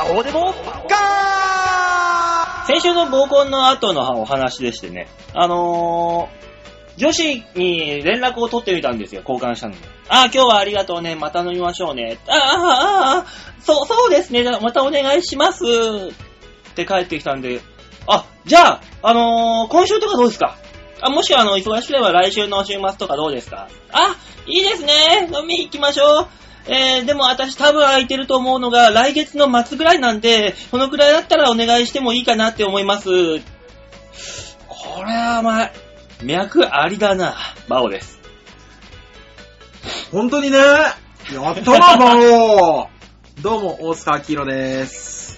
こうでもガー。先週の合コンの後のお話でしてね、女子に連絡を取ってみたんですよ、交換したのに。今日はありがとうね、また飲みましょうね。そうですね、またお願いしますって帰ってきたんで、じゃあ、今週とかどうですか？もし忙しければ来週の週末とかどうですか？いいですね、飲み行きましょう。でも私多分空いてると思うのが来月の末ぐらいなんで、このくらいだったらお願いしてもいいかなって思います。これは脈ありだな、バオです。 本当にね、やったな、バオ。どうも、大塚明宏です。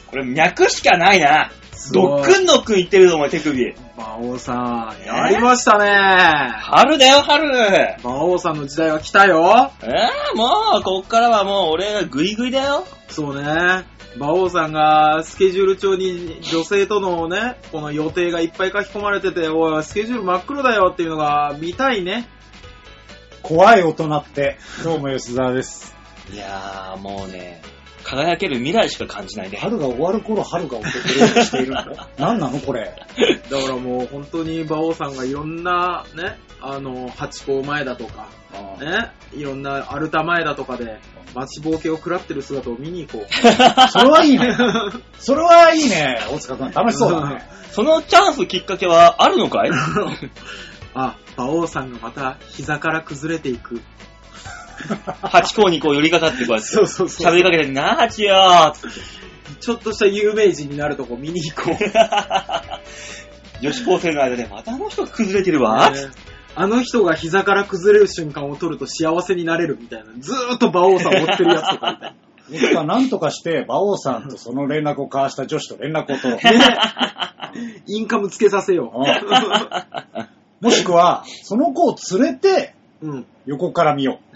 これ脈しかないな。ドックンドックン言ってるぞ、お前手首。 バオさん、やりましたね。 春だよ、春。 バオさんの時代は来たよ。 もう、こっからはもう俺がグイグイだよ。 そうね。馬王さんがスケジュール帳に女性とのね、この予定がいっぱい書き込まれてて、おい、スケジュール真っ黒だよっていうのが見たいね。 怖い大人って。どうも吉沢です。 いやー、もうね、輝ける未来しか感じないね。 春が終わる頃、春が訪れようとしているの何なのこれ。 だからもう本当に馬王さんがいろんなね、ハチ公前だとか、ね、いろんなアルタ前だとかで、待ちぼうけを食らってる姿を見に行こう。 それはいいね。それはいいね。大塚君、楽しそうだね。 そのチャンスきっかけはあるのかい？ 馬王さんがまた膝から崩れていく。 ハチ公にこう寄りかかってこうやって。 そう。 喋りかけて、なあ、ハチよーつって。 ちょっとした有名人になるとこ見に行こう。 女子高生の間でまたあの人が崩れてるわ。 あの人が膝から崩れる瞬間を撮ると幸せになれるみたいな。ずーっと馬王さんを追ってるやつとかみたいな。 僕は何とかして馬王さんとその連絡を交わした女子と連絡を取ろう。 インカムつけさせよう。もしくは、その子を連れて、横から見よう。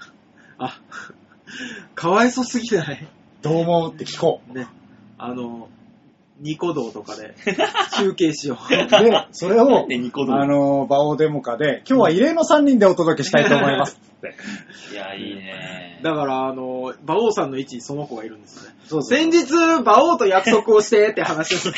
かわいそすぎない？ どう思うって聞こう。 ね。ニコ動とかで中継しよう。 で、それを、馬王デモカで、今日は異例の3人でお届けしたいと思います。 いや、いいね。 だから、馬王さんの位置にその子がいるんですね。そう先日、馬王と約束をしてって話をして。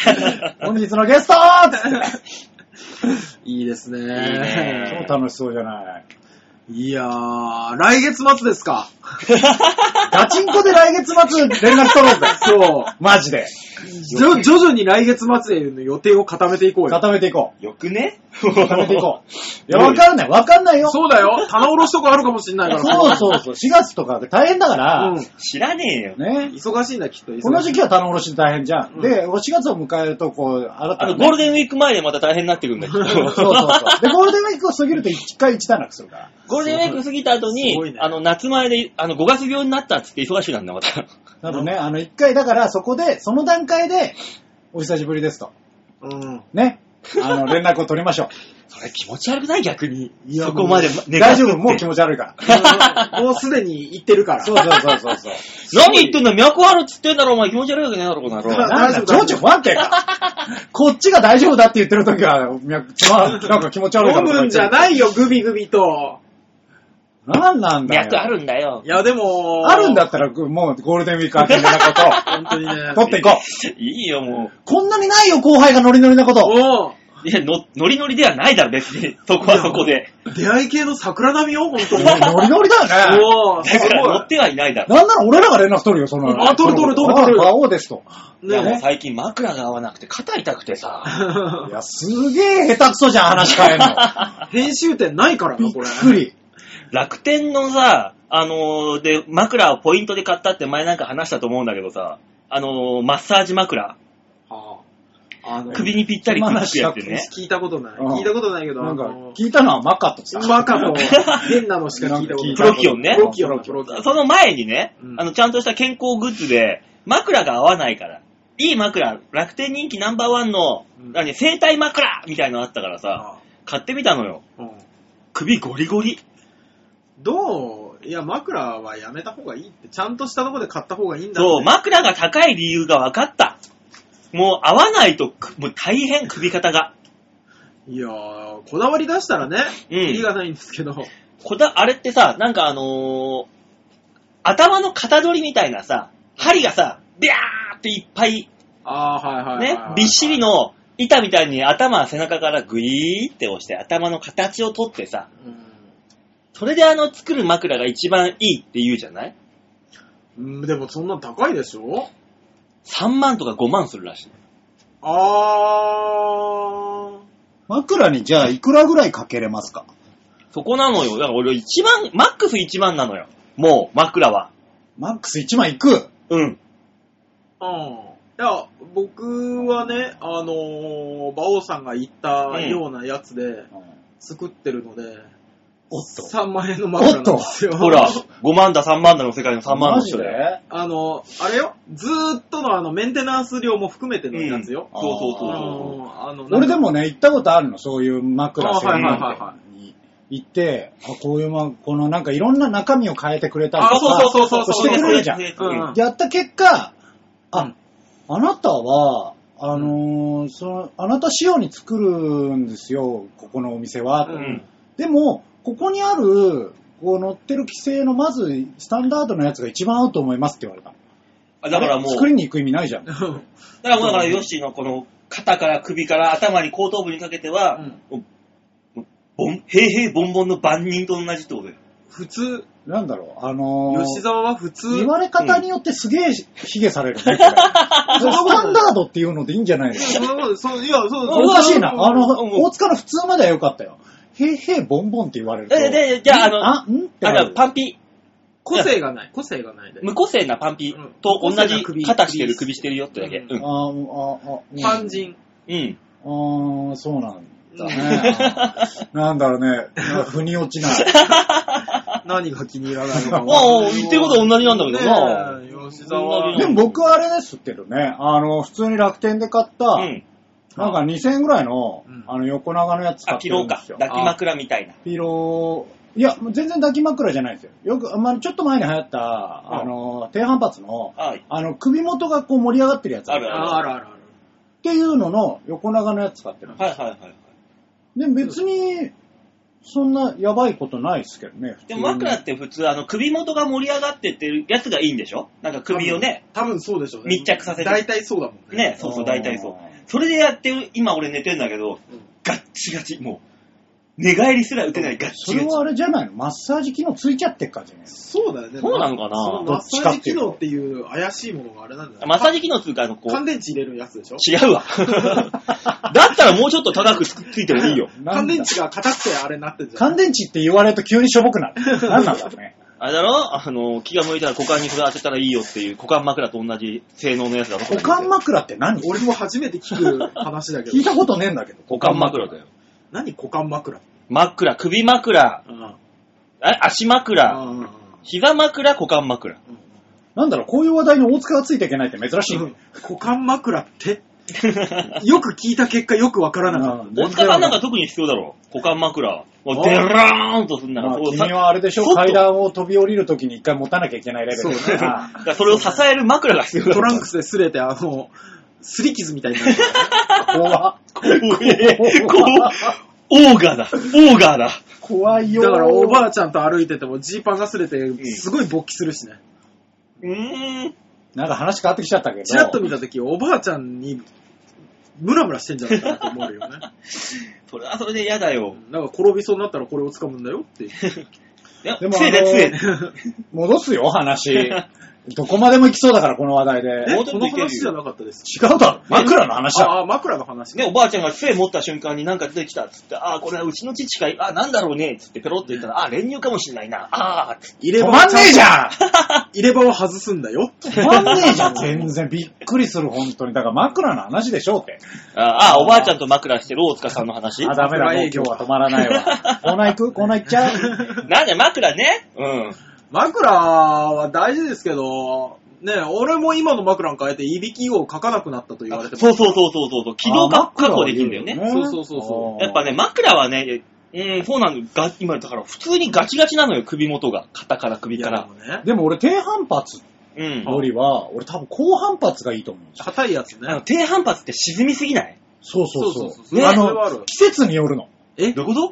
本日のゲストーいいですね。 いいね。 超楽しそうじゃない。 いやー、来月末ですか。 ガチンコで来月末連絡取ろうぜ。 そう。 マジで。 徐々に来月末への予定を固めていこうよ。 固めていこう。よくね？ 固めていこう。いや、わかんないよ。 そうだよ。棚卸しとかあるかもしんないから。 そう。4月とかで大変だから。 知らねえよ。 ね。 忙しいんだ、きっと。 この時期は棚卸しで大変じゃん。で、4月を迎えると、こう、新たな、 ゴールデンウィーク前でまた大変になってくるんだけど。そう。 で、ゴールデンウィークを過ぎると一回一段落するから。 ゴールデンウィーク過ぎた後に、夏前で、5月病になったっつって忙しいなんだ、また。 なのね、一回、だからそこで、その段階で、お久しぶりですと。ね。連絡を取りましょう。 それ気持ち悪くない逆に。そこまで大丈夫、もう気持ち悪いから。 もうすでに言ってるから。 そう。 何言ってんだ脈あるっつってんだろ、お前気持ち悪いわけねえだろ、この野郎。 大丈夫。情緒不安定か。こっちが大丈夫だって言ってるときは、なんか気持ち悪いから。 飲むんじゃないよ、グビグビと。 なんなんだよ。 脈あるんだよ。 いや、でも。 あるんだったら、もうゴールデンウィーク明けみたいなこと。 本当にね。 取っていこう。 いいよ、もう。 こんなにないよ、後輩がノリノリなこと。 いや、ノリノリではないだろ、別に。そこはそこで。 出会い系の桜並みよ、本当に。 ノリノリだよね。 だから乗ってはいないだろ。 なんなら俺らが連絡取るよ、その。 取る。 馬王ですと。 いや、もう最近枕が合わなくて肩痛くてさ。 いや、すげえ下手くそじゃん、話変えんの。 編集点ないからな、これ。 びっくり。 楽天のさ、で、枕をポイントで買ったって前なんか話したと思うんだけどさ、マッサージ枕。首にぴったりくっつくやつね。 聞いたことないけど。 なんか、聞いたのはマカとさ。 マカと、変なのしか聞いたことない。 プロキオンね。 プロキオン。 その前にね、ちゃんとした健康グッズで、枕が合わないから、いい枕、楽天人気ナンバーワンの、生体枕みたいなのあったからさ、買ってみたのよ。首ゴリゴリ。 いや、枕はやめた方がいいって、ちゃんとしたとこで買った方がいいんだ。 そう、枕が高い理由が分かった。もう合わないと、もう大変首肩が。 いやー、こだわり出したらね、キリがないんですけど。 あれってさ、なんか頭の型取りみたいなさ、針がさ、ビャーっっていっぱい、 はい。 ね、びっしりの板みたいに頭、背中からグイーって押して頭の形を取ってさ、それで作る枕が一番いいって言うじゃない？ でもそんな高いでしょ？ 3 万とか5万するらしい。 枕にじゃあいくらぐらいかけれますか？ そこなのよ。だから俺マックス1万なのよ。もう、枕は。 マックス1万いく？ うん。 いや、僕はね、馬王さんが言ったようなやつで作ってるので、 おっと。 3万円の枕なんですよ。 ほら、5万だ3万だの世界の3万の人マジで？ あれよ、ずーっとのメンテナンス料も含めてのやつよ。 そう。 俺でもね、行ったことあるの、そういう枕専門はい店に行って、こういうこのなんかいろんな中身を変えてくれたりとか、 そうしてくれるじゃん。やった結果、あなたは、あなた仕様に作るんですよ、ここのお店は。でも、ここにある、乗ってる規制のまず、スタンダードのやつが一番合うと思いますって言われた。 だからもう、 作りに行く意味ないじゃん。 だからヨッシーのこの肩から首から頭に後頭部にかけては、平々ボンボンの万人と同じってことよ。 普通。 なんだろう、 吉沢は普通。 言われ方によってすげえ卑下されるね、これ。スタンダードっていうのでいいんじゃないの？おかしいな。大塚の普通まではよかったよ。へボンボンって言われると。 じゃあ、パンピ。 個性がないで。 無個性なパンピと同じ肩してる首してるよってだけ。 パンジン。 そうなんだね。なんだろうね。腑に落ちない。 何が気に入らないのか。 言ってることは同じなんだけどな。 吉沢。 でも僕はあれですけどね。普通に楽天で買った、なんか2000円ぐらいの、横長のやつ買ってるんですよ。 ピローか。抱き枕みたいな。 ピロー、いや、全然抱き枕じゃないですよ。よく、ちょっと前に流行った、低反発の、首元がこう盛り上がってるやつ。 ある。 っていうのの横長のやつ買ってるんです。で、別に、そんなやばいことないですけどね。 でも枕って普通、首元が盛り上がってってるやつがいいんでしょ？なんか首をね。 多分そうでしょうね。 密着させて。 大体そうだもんね。 そう、大体そう。それでやってる、今俺寝てるんだけど、ガッチガチ、もう、寝返りすら打てないガッチガチ。 それはあれじゃないの？マッサージ機能ついちゃってっかじゃない？ そうだよね。 そうなのかな？ そのマッサージ機能っていう怪しいものがあれなんだよ。 マッサージ機能っていうか、 乾電池入れるやつでしょ？ 違うわ。だったらもうちょっと高くついてもいいよ。 乾電池が硬くてあれになってるじゃん。 乾電池って言われると急にしょぼくなる。なんなんだろうね。 あれだろ？気が向いたら股間にそれ当てたらいいよっていう股間枕と同じ性能のやつだろ。 股間枕って何？ 俺も初めて聞く話だけど。 聞いたことねえんだけど。 股間枕だよ。 何股間枕？ 枕、首枕、足枕、膝枕、股間枕。 なんだろう、こういう話題に大塚がついていけないって珍しい。 股間枕ってよく聞いた結果よくわからなかった。 大塚さんなんか特に必要だろ。股間枕。デラーンとすんなら。 君はあれでしょ、階段を飛び降りるときに一回持たなきゃいけないレベル。 そうね。それを支える枕が必要だ。 トランクスで擦れて、擦り傷みたいになる。 怖オーガーだ。 怖いよ。 だからおばあちゃんと歩いててもジーパンが擦れて、すごい勃起するしね。 なんか話変わってきちゃったけど。 チラッと見たとき、おばあちゃんにムラムラしてんじゃないかなと思うよね。 それはそれで嫌だよ。 なんか転びそうになったらこれを掴むんだよっていう。 でも戻すよ、話。どこまでも行きそうだから、この話題で。 この話じゃなかったです。 違うだろ。枕の話だ。 枕の話ね。おばあちゃんが杖持った瞬間になんか出てきたっつって、これはうちの父かい、なんだろうねっつってペロって言ったら、練乳かもしんないな。 止まんねえじゃん入れ歯を外すんだよ。 止まんねえじゃん、全然。びっくりする、本当に。だから枕の話でしょって。 おばあちゃんと枕してる大塚さんの話。 ダメだ、もう今日は止まらないわ。コーナー行っちゃうなんで枕ね。 枕は大事ですけど、ねえ、俺も今の枕に変えて、いびきをかかなくなったと言われてます。 そう。気道確保できるんだよね。 そう。 やっぱね、枕はね、そうなの。今、だから普通にガチガチなのよ、首元が。肩から首から。 でも俺、低反発よりは、俺多分高反発がいいと思うんですよ。 硬いやつね。 低反発って沈みすぎない？ そう。季節によるの。 どういうこと？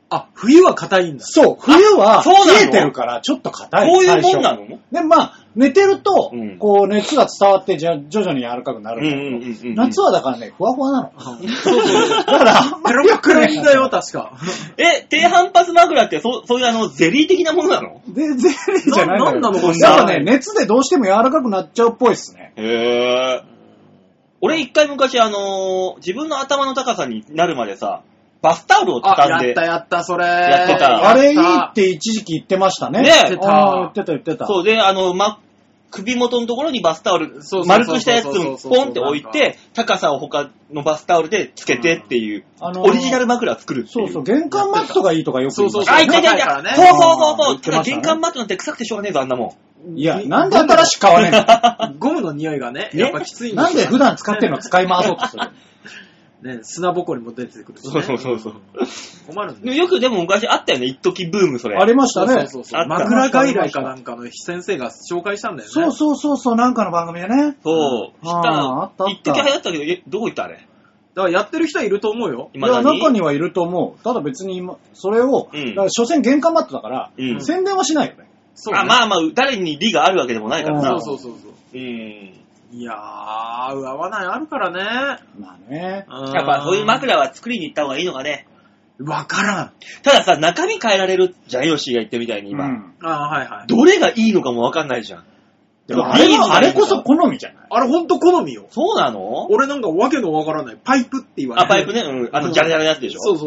あ、冬は硬いんだ。 そう、冬は冷えてるからちょっと硬い。 こういうもんなの？ で、まあ、寝てると、 うん、 こう熱が伝わって徐々に柔らかくなるんだけど、夏はだからね、ふわふわなの。 そうそう。だからあんまり良くないんだよ、確か。 低反発枕ってそういうゼリー的なものなの？ で、ゼリーじゃないのよ。 なんなのこれ。 やっぱね、熱でどうしても柔らかくなっちゃうっぽいっすね。 へー。俺一回昔自分の頭の高さになるまでさ、バスタオルを畳んで。 やった、それ。 やってた。 あれいいって一時期言ってましたね。 ね言ってた。 そうで、首元のところにバスタオル、丸くしたやつをポンって置いて、高さを他のバスタオルでつけてっていう、オリジナル枕を作るっていう。 そう、玄関マットがいいとかよく言います。 あ、いた。そう。ただ玄関マットなんて臭くてしょうがねえぞ、あんなもん。いや、なんで新しく買わねえの？ ゴムの匂いがね、やっぱきついんですよ。 なんで普段使ってるの使い回そうとする？ ね、砂ぼこりも出てくるし、 ね。そう。 困るんだよ。 よくでも昔あったよね、一時ブームそれ。 ありましたね。 そう。枕外来かなんかの先生が紹介したんだよね。 そう、なんかの番組でね。 そう。 あった。 一時流行ったけど、どこ行ったあれ？ だからやってる人はいると思うよ。 いや、中にはいると思う。ただ別にそれを、だから所詮玄関マットだから、宣伝はしないよね。 そうね。まあ、誰に利があるわけでもないからな。 そう。いやー、合わないあるからね。 まあね。 やっぱそういう枕は作りに行った方がいいのかね。 わからん。 たださ、中身変えられるじゃん、ヨッシーが言ってみたいに今。 はい。 どれがいいのかもわかんないじゃん。 でもあれこそ好みじゃない？ あれほんと好みよ。 そうなの？ 俺なんかわけのわからない。パイプって言われる。 パイプね。ジャラジャラのやつでしょ？ そう。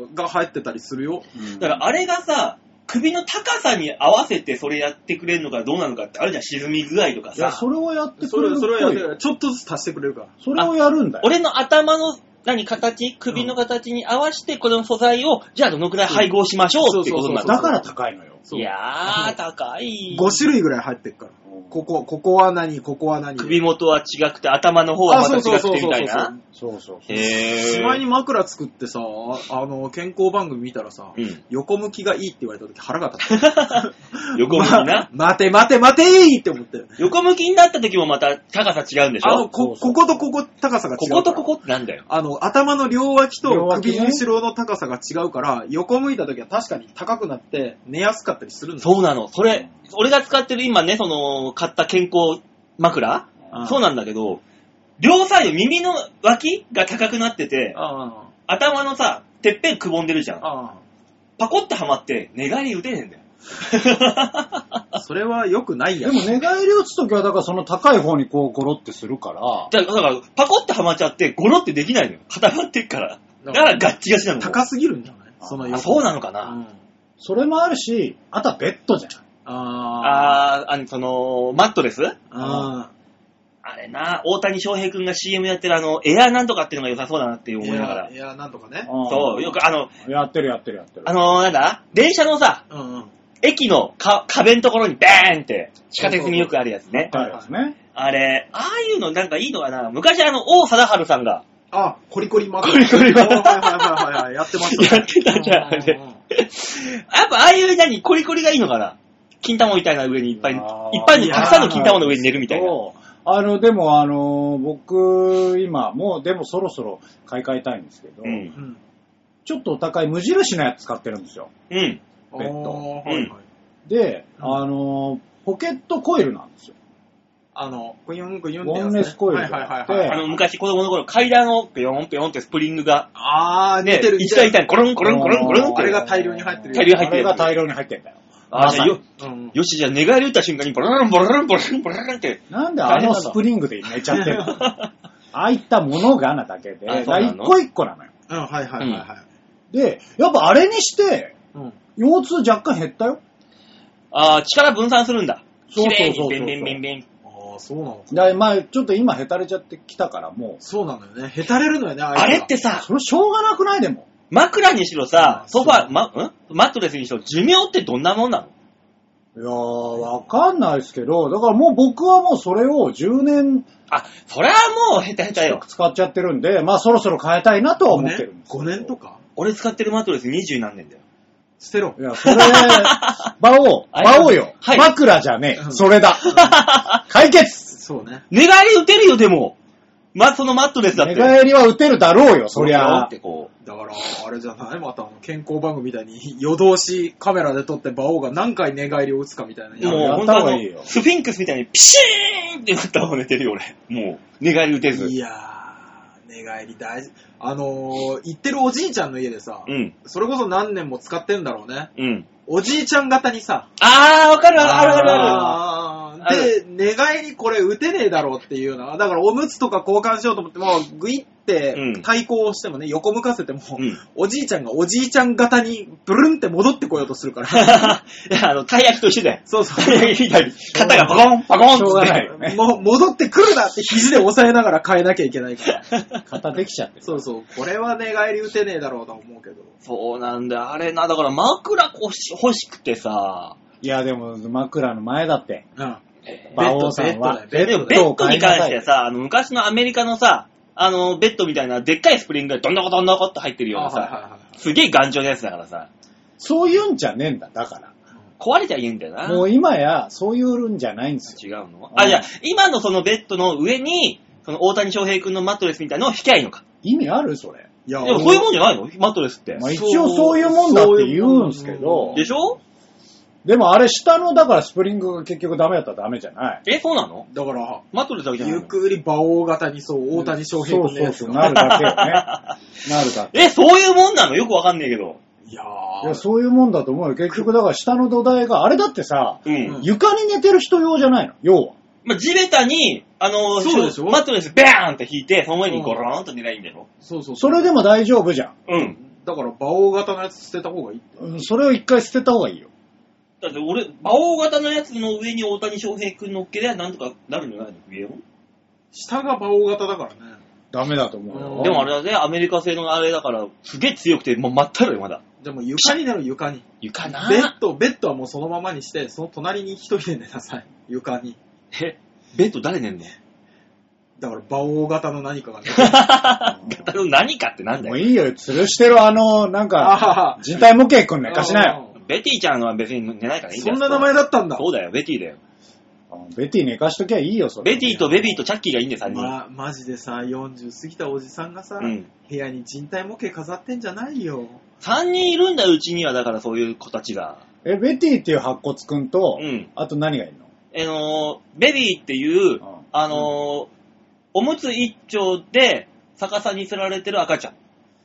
が入ってたりするよ。 だからあれがさ、首の高さに合わせてそれやってくれるのかどうなのかってあるじゃん、沈み具合とかさ。 いや、それをやってくれる。 それをやってくれる。ちょっとずつ足してくれるから。 それをやるんだよ。 俺の頭の、首の形に合わせてこの素材を、じゃあどのくらい配合しましょうってことになる。 だから高いのよ。 いやー、高い。 5種類ぐらい入ってるから。ここは何、ここは何。 首元は違くて、頭の方はまた違くてみたいな。 そう。 しまいに枕作ってさ、健康番組見たらさ、横向きがいいって言われた時腹が立った。 横向きな。 待てーって思ったよね。 横向きになった時もまた高さ違うんでしょ？ こことここ高さが違う。 こことここってなんだよ。 頭の両脇と首後ろの高さが違うから、横向いた時は確かに高くなって寝やすかったりするんだよ。 そうなの。それ、俺が使ってる今ね、買った健康枕？そうなんだけど、両サイド耳の脇が高くなってて、頭のさ、てっぺんくぼんでるじゃん。パコってはまって寝返り打てねえんだよ。 それは良くないやん。でも寝返り打つときはだからその高い方にこうゴロってするから。 だからパコってはまっちゃってゴロってできないのよ。固まってっから。だからガッチガチなの。 高すぎるんじゃない？ そうなのかな、 それもあるし、あとはベッドじゃん。 マットレス？あれな、大谷翔平くんが CM やってるエアなんとかっていうのが良さそうだなって思いながら。 エアなんとかね。 そう、よくやってる。 なんだ電車のさ、駅の壁のところにバーンって地下鉄によくあるやつね。あれ、ああいうのなんかいいのかな？昔王貞治さんが。 コリコリマコリコリマはい、やってました。 やってたじゃん、あれ。やっぱああいうコリコリがいいのかな？金玉みたいな上にいっぱいたくさんの金玉の上に寝るみたいな。 でも僕、今、もうでもそろそろ買い替えたいんですけど、ちょっとお高い無印のやつ使ってるんですよ。ベッド。で、ポケットコイルなんですよ。 グユングユンってボンレスコイルで。 昔子供の頃階段をペヨンペヨンってスプリングが。 似てる。 一台一台コロンコロンコロンコロンって。 あれが大量に入ってる。 あれが大量に入ってるんだよ。 よし、じゃあ寝返り打った瞬間にボロロンボロロンボロロンボロロンって。 なんでスプリングで寝ちゃってるの？ああいったものがなだけで、一個一個なのよ。で、やっぱあれにして、腰痛若干減ったよ。 力分散するんだ。 そう。 ビンビンビンビン。 そうなの。ちょっと今へたれちゃってきたからもう。 そうなのよね。へたれるのよね、 あれってさ。 それしょうがなくないでも。 枕にしろさ、ソファ、マットレスにしろ、寿命ってどんなもんなの？ いやわかんないですけど、だからもう僕はもうそれを10年。 それはもうヘタヘタよ。 使っちゃってるんで、そろそろ変えたいなとは思ってるんです。 5年とか？ 俺使ってるマットレス20何年だよ。 捨てろ。 いや、それ、馬王よ。枕じゃねえ。それだ。解決。 そうね。 寝返り打てるよ、でも。 そのマットレスだって。 寝返りは打てるだろうよ、そりゃ。 ってこう。 だから、あれじゃないまた健康番組みたいに夜通しカメラで撮って馬王が何回寝返りを打つかみたいな。 もうやった方がいいよ。 スフィンクスみたいにピシーンって打った方が寝てるよ、俺。もう、寝返り打てず。 いやー、寝返り大事。行ってるおじいちゃんの家でさ、 うん。 それこそ何年も使ってんだろうね。 うん。 おじいちゃん型にさ、 わかる、ある。 で、寝返りこれ打てねえだろうっていうのは、だからおむつとか交換しようと思っても、グイって対抗をしてもね、横向かせても、おじいちゃんがおじいちゃん型にブルンって戻ってこようとするから。 いや、たい焼きと一緒だよ。 そうそう。 たい焼きみたいに、肩がパコン、パコンって。しょうがないよね。 もう戻ってくるなって肘で押さえながら変えなきゃいけないから。 肩できちゃってる。 そうそう。これは寝返り打てねえだろうと思うけど。 そうなんだよ。あれな、だから枕欲しくてさ。 いや、でも枕の前だって。 うん。 馬王さんはベッドに関してさ、昔のアメリカのさ、ベッドみたいなでっかいスプリングがどんどこどんどこって入ってるようなさ、すげえ頑丈なやつだからさ。 そういうんじゃねえんだ、だから。 壊れちゃいいんだよな。 もう今や、そういうんじゃないんですよ。違うの？じゃあ、今のそのベッドの上に、その大谷翔平君のマットレスみたいなのを引きゃいいのか。 意味あるそれ。 いや、そういうもんじゃないのマットレスって。 まあ一応そういうもんだって言うんですけど。 でしょ？ でもあれ下のだからスプリングが結局ダメだったらダメじゃない。 そうなの？ だからマットレスだけじゃないの？ ゆっくり馬王型に大谷翔平君のやつそうなるだけよね。なるだけ。 そういうもんなの？よくわかんねえけど。 いやそういうもんだと思うよ。結局だから下の土台があれだってさ、床に寝てる人用じゃないの？要は。 地べたにそうでしょ？マットレスバーンって引いてその上にゴローンと寝りゃいいんだよ。 そう。 それでも大丈夫じゃん。 うん。 だから馬王型のやつ捨てた方がいいって。 それを一回捨てた方がいいよ。 だって俺、馬王型のやつの上に大谷翔平君乗っけりゃなんとかなるんじゃないの？上を？ 下が馬王型だからね。 ダメだと思うよ。 でもあれだね、アメリカ製のあれだから、すげえ強くて、もう真ったるよ、まだ。 でも床に寝ろ、床に。 床なベッドはもうそのままにして、その隣に一人で寝なさい。床に。 ベッド誰寝んの？ だから馬王型の何かがね。 型の何かってなんだよ。 もういいよ、吊るしてるなんか、人体模型くん寝かしなよ。 ベティちゃんは別に寝ないからいいんだよ。 そんな名前だったんだ。 そうだよ、ベティだよ。 ベティ寝かしときゃいいよ、それ。 ベティとベビーとチャッキーがいいんだよ、3人。 マジでさ、40過ぎたおじさんがさ、部屋に人体模型飾ってんじゃないよ。 3人いるんだよ、うちには。だからそういう子たちが。 ベティっていう白骨くんと、あと何がいるの？ベビーっていう、おむつ一丁で逆さに吊られてる赤ちゃん。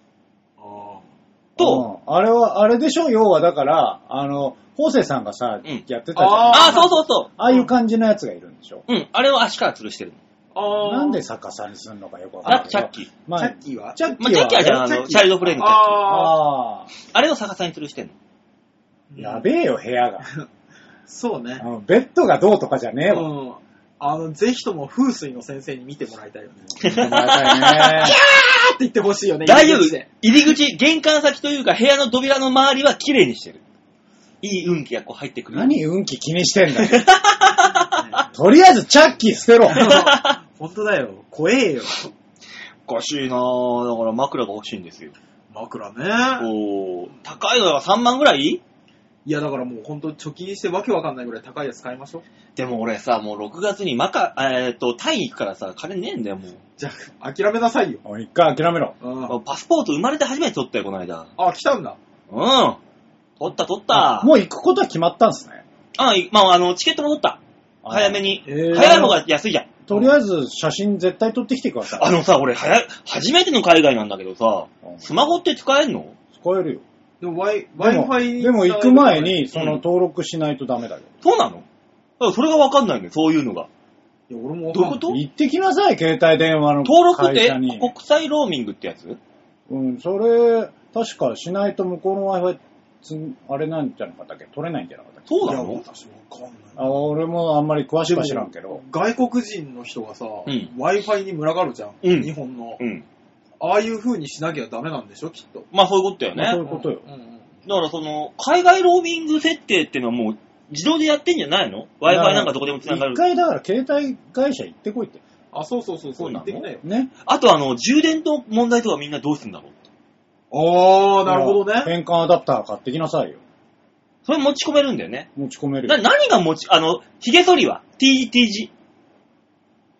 と、 あれでしょ？要はだから、ホーセイさんがさ、やってたじゃん。 そう。 ああいう感じのやつがいるんでしょ？ あれを足から吊るしてるの。なんで逆さにすんのかよくわかんない。 チャッキー。 チャッキーはチャッキーはじゃあ、チャイルドフレームチャッキー。あれを逆さに吊るしてんの。 やべえよ、部屋が。 そうね。 ベッドがどうとかじゃねえわ。 ぜひとも風水の先生に見てもらいたいよね。 見てもらいたいね。 キャーって言ってほしいよね。 大丈夫。入り口、玄関先というか部屋の扉の周りは綺麗にしてる。いい運気がこう入ってくる。 何運気気にしてんだよ。とりあえずチャッキー捨てろ。 本当だよ。怖えよ。 おかしいなぁ。だから枕が欲しいんですよ。 枕ね。 高いのが3万ぐらい？ いやだからもう本当貯金してわけわかんないぐらい高いやつ買いましょう。 でも俺さ、もう6月にタイ行くからさ、金ねえんだよ、もう。 じゃあ、諦めなさいよ。 一回諦めろ。 パスポート生まれて初めて取ったよ、この間。 来たんだ。 取った。 もう行くことは決まったんすね。 チケットも取った。早めに。早い方が安いじゃん。 とりあえず写真絶対撮ってきてください。 俺、初めての海外なんだけどさ、スマホって使えんの？ 使えるよ。 でも Wi-Fi でも行く前に、登録しないとダメだよ。 そうなの？だからそれがわかんないんだよ、そういうのが。 いや、俺もどういうこと？ 行ってきなさい、携帯電話の登録って国際ローミングってやつ？ それ、確かしないと向こうの Wi-Fi、あれなんじゃなかったっけ？取れないんじゃなかったっけ？ そうなの？ 私もわかんない。 俺もあんまり詳しくは知らんけど。 外国人の人がさ、Wi-Fi に群がるじゃん。日本の。ああいう風にしなきゃダメなんでしょ、きっと。 そういうことだよね。 そういうことよ。 だから海外ローミング設定っていうのはもう自動でやってんじゃないの？ Wi-Fi なんかどこでも繋がる。 一回だから携帯会社行ってこいって。 そう言ってきなよ。 ね。 あと充電の問題とかみんなどうするんだろう。なるほどね。 変換アダプター買ってきなさいよ。 それ持ち込めるんだよね。 持ち込めるよ。 何が髭剃りは？T 字。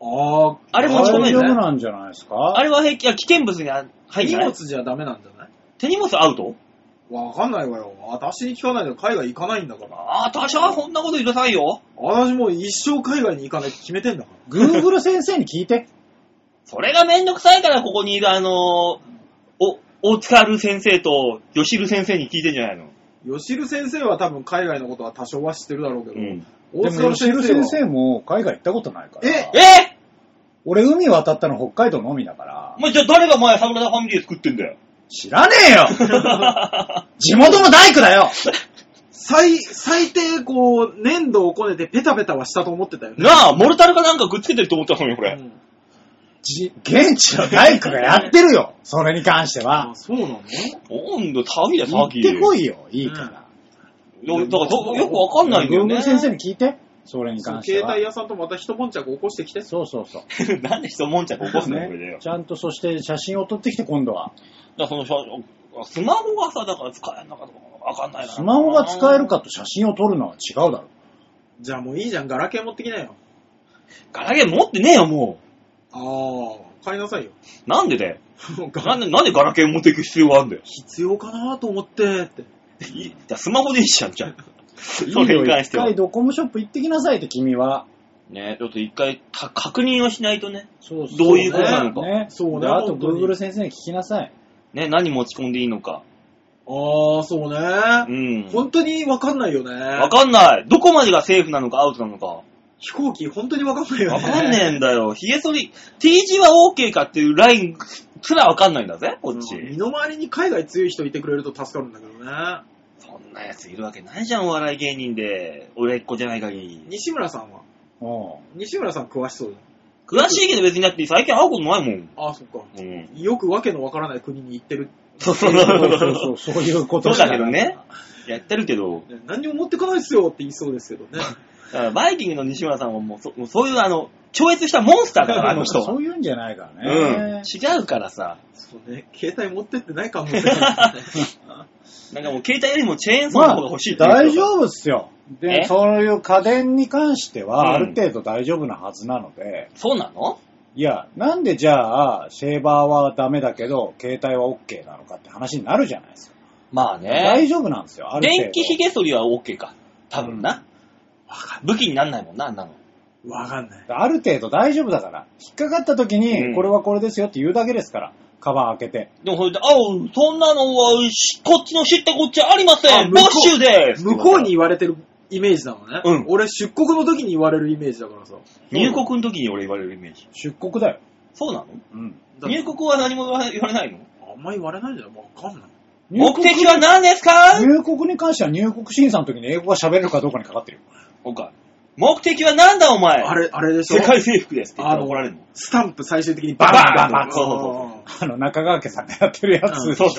あれ持ち込める大丈夫なんじゃないですか？ あれは平気、危険物に入手荷ってない物じゃダメなんじゃない？ 手荷物アウト？ わかんないわよ。私に聞かないと海外行かないんだから。 私はそんなこと言いなさいよ。 私もう一生海外に行かないって決めてんだから。 Google 先生に聞いて。 それがめんどくさいからここにいる大塚る先生と吉る先生に聞いてんじゃないの？ 吉る先生は多分海外のことは多少は知ってるだろうけど、 大塚吉る先生も海外行ったことないから。俺海渡ったの北海道のみだから。 じゃあ誰が前サグラダ・ファミリー作ってんだよ。 知らねえよ地元の大工だよ最低こう、粘土をこねてペタペタはしたと思ってたよね。 なあ、モルタルかなんかくっつけてると思ってたのよ、これ。 現地の大工がやってるよそれに関しては。 そうなの？ なんだ、詐欺だ、詐欺。 行ってこいよ、いいから。 だからよくわかんないんだよね。 Google 先生に聞いて。それに関しては。 携帯屋さんとまた一悶着起こしてきて。 そう。 なんで一悶着起こすのこれでよ。 ちゃんとそして写真を撮ってきて今度は。 だからスマホがさ、だから使えんのかとかわかんないな。 スマホが使えるかと写真を撮るのは違うだろ。 じゃあもういいじゃん、ガラケー持ってきなよ。 ガラケー持ってねえよ、もう。買いなさいよ。 なんでだよ。なんでガラケー持っていく必要があるんだよ。 必要かなと思ってって。 じゃあスマホでいいじゃん、じゃあ。 それに関しては。一回ドコモショップ行ってきなさいって君は。 ね、ちょっと一回確認をしないとね。 そうどういうことなのか。 ね。そうね。あと Google 先生に聞きなさい。 ね、何持ち込んでいいのか。 そうね。本当にわかんないよね。 わかんない。どこまでがセーフなのかアウトなのか。 飛行機本当にわかんないよね。 わかんねえんだよ。ヒゲ剃り、T 字は OK かっていうラインすらわかんないんだぜ、こっち。 身の回りに海外強い人いてくれると助かるんだけどね。 そんなやついるわけないじゃん、お笑い芸人で。俺っ子じゃない限り。 西村さんは？西村さん詳しそうだ。 詳しいけど別にだって最近会うことないもん。 そっか。よくわけのわからない国に行ってる。 そういうことそうだけどね。やってるけど。 何にも持ってかないっすよって言いそうですけどね。 だからバイキングの西村さんはもうそういう超越したモンスターだから、あの人は。 そういうんじゃないからね。 違うからさ。 そうね。携帯持ってってないかもしれない。 なんかもう携帯よりもチェーンソーの方が欲しいって大丈夫っすよ。で、そういう家電に関してはある程度大丈夫なはずなので。 そうなの？ いや、なんでじゃあ、シェーバーはダメだけど、携帯は OK なのかって話になるじゃないですか。 まあね。 大丈夫なんですよ。ある程度。 電気ヒゲ剃りは OK か。多分な。武器になんないもんな、あんなの。 わかんない。 ある程度大丈夫だから。引っかかった時に、これはこれですよって言うだけですから。カバー開けて。 でもそれで、そんなのは、こっちの知ったこっちありません。没収です。 向こうに言われてるイメージなのね。俺出国の時に言われるイメージだからさ。 入国の時に俺言われるイメージ。 出国だよ。 そうなの？入国は何も言われないの？ あんま言われないんじゃない？わかんない。 目的は何ですか？ 入国に関しては入国審査の時に英語が喋れるかどうかにかかってるよ。 そうか。目的は何だお前。 あれでしょ？ 世界征服ですって言ったら怒られるの。 スタンプ最終的にバンバンバン。 そう中川家さんがやってるやつ。 そう。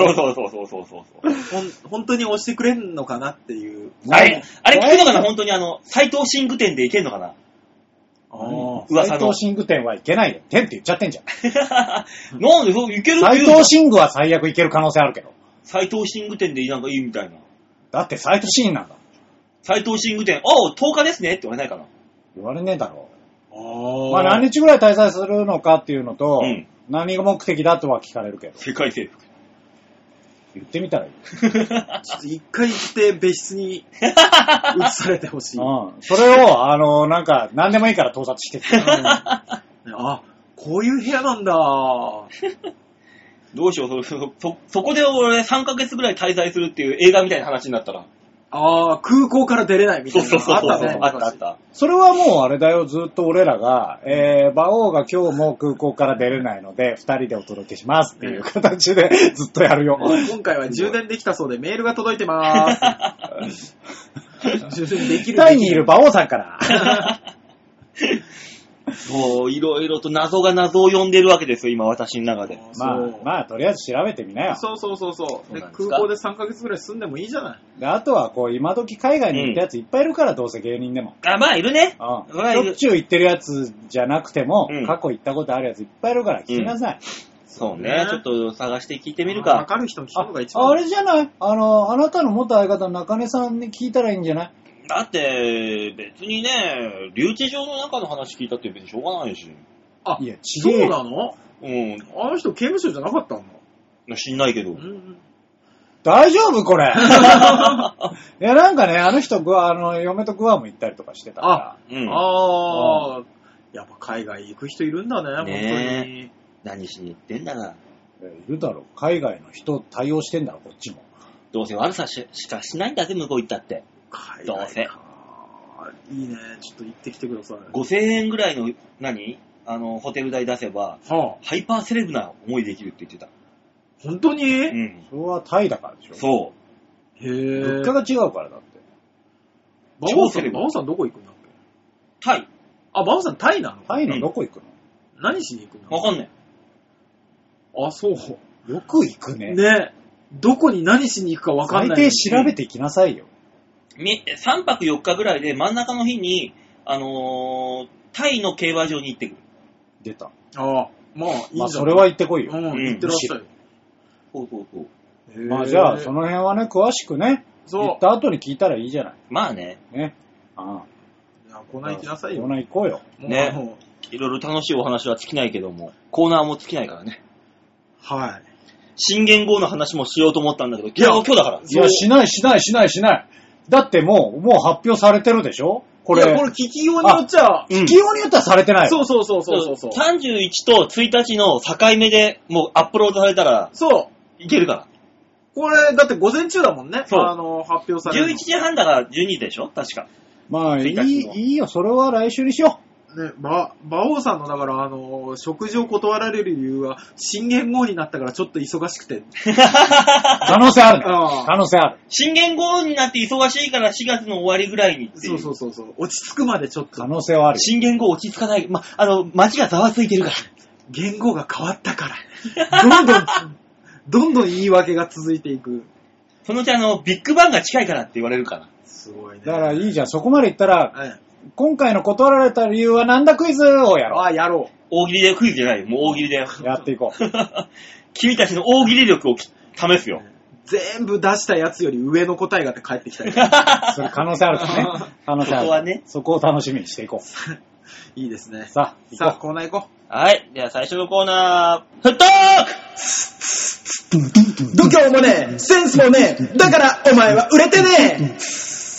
本当に押してくれんのかなっていう。 あれ聞くのかな本当に斎藤寝具店でいけんのかな？ 斎藤寝具店はいけないよ。店って言っちゃってんじゃん。 なんでそういける？ 斎藤寝具は最悪いける可能性あるけど。斎藤寝具店でなんかいいみたいな。 だって斎藤寝なんだ。 斎藤寝具店、10日ですねって言われないかな。 言われねえだろう。まあ何日ぐらい滞在するのかっていうのと、何が目的だとは聞かれるけど。 世界征服。 言ってみたらいい。 ちょっと一回行って別室に移されてほしい。 それを、なんか、何でもいいから盗撮してきて。 こういう部屋なんだ。 どうしよう、そこで俺3ヶ月ぐらい滞在するっていう映画みたいな話になったら。 空港から出れないみたいな。そう。 あった。 それはもうあれだよ、ずっと俺らが、馬王が今日も空港から出れないので、2人でお届けしますっていう形でずっとやるよ。 今回は充電できたそうでメールが届いてまーす。充電できる。 タイにいる馬王さんから。 もう、いろいろと謎が謎を呼んでるわけですよ、今私の中で。 まあ、とりあえず調べてみなよ。 そう。で、空港で3ヶ月ぐらい住んでもいいじゃない。 で、あとは、今時海外に行ったやついっぱいいるから、どうせ芸人でも。 まあ、いるね。 しょっちゅう行ってるやつじゃなくても、過去行ったことあるやついっぱいいるから聞きなさい。 そうね。ちょっと探して聞いてみるか。 わかる人に聞くのが一番。 あれじゃないあなたの元相方の中根さんに聞いたらいいんじゃないだって、別にね、留置場の中の話聞いたって別にしょうがないし。 あ、 いや、 そうなの？ うん。 あの人刑務所じゃなかったんだ。 知んないけど。 大丈夫これ。いや、なんかね、あの人、嫁とグアム行ったりとかしてたから。 やっぱ海外行く人いるんだね、本当に。 何しに行ってんだな。 いるだろ。海外の人対応してんだろ、こっちも。 どうせ悪さしかしないんだぜ、向こう行ったって。どうせ。 いいね、ちょっと行ってきてください。 5000円ぐらいの、ホテル代出せば、ハイパーセレブな思いできるって言ってた。 本当に？ うん。それはタイだからでしょ。 そう。 物価が違うからだって。 バオさんどこ行くんだっけ？ タイ。 あ、バオさんタイなの？ タイのどこ行くの？ 何しに行くの？ わかんない。 あ、そう。 よく行くね。 ね。どこに何しに行くかわかんない。 最低調べていきなさいよ。 3泊4日ぐらいで真ん中の日に、タイの競馬場に行ってくる。 出た。 ああ、まあいいんじゃない？ まあそれは行ってこいよ。 行ってらっしゃい。 そう。 まあじゃあその辺はね、詳しくね、行った後に聞いたらいいじゃない。 まあね。 ね。 いや、コーナー行きなさいよ。 コーナー行こうよ。 ね。いろいろ楽しいお話は尽きないけども、コーナーも尽きないからね。 はい。 新元号の話もしようと思ったんだけど、今日だから。 いや、しない。だってもう発表されてるでしょ？これ。 いや、これ聞きようによっちゃ。 聞きようによってはされてない。 そう。 31と1日の境目でもうアップロードされたら、 そう。 いけるから。 これ、だって午前中だもんね。 そう。 発表される。 11時半だから12時でしょ？確か。 まあ、いいよ。それは来週にしよう。 ね、馬王さんの、だから、食事を断られる理由は、新元号になったからちょっと忙しくて。 可能性ある。可能性ある。 新元号になって忙しいから4月の終わりぐらいにっていう。 そう。落ち着くまでちょっと。 可能性はある。 新元号落ち着かない。街がざわついてるから。 元号が変わったから。どんどん言い訳が続いていく。 そのうちビッグバンが近いからって言われるから。 すごいね。 だからいいじゃん。そこまで言ったら、今回の断られた理由はなんだクイズをやろう。 ああ、やろう。 大喜利だよ、クイズじゃないよ。もう大喜利だよ。 やっていこう。 君たちの大喜利力を試すよ。 全部出したやつより上の答えがって帰ってきたり。 それ可能性あるからね。可能性ある。 そこはね。 そこを楽しみにしていこう。 いいですね。 さあ、コーナー行こう。はい。では最初のコーナー、フットーク！度胸もねえ、センスもねえ、だからお前は売れてねえ。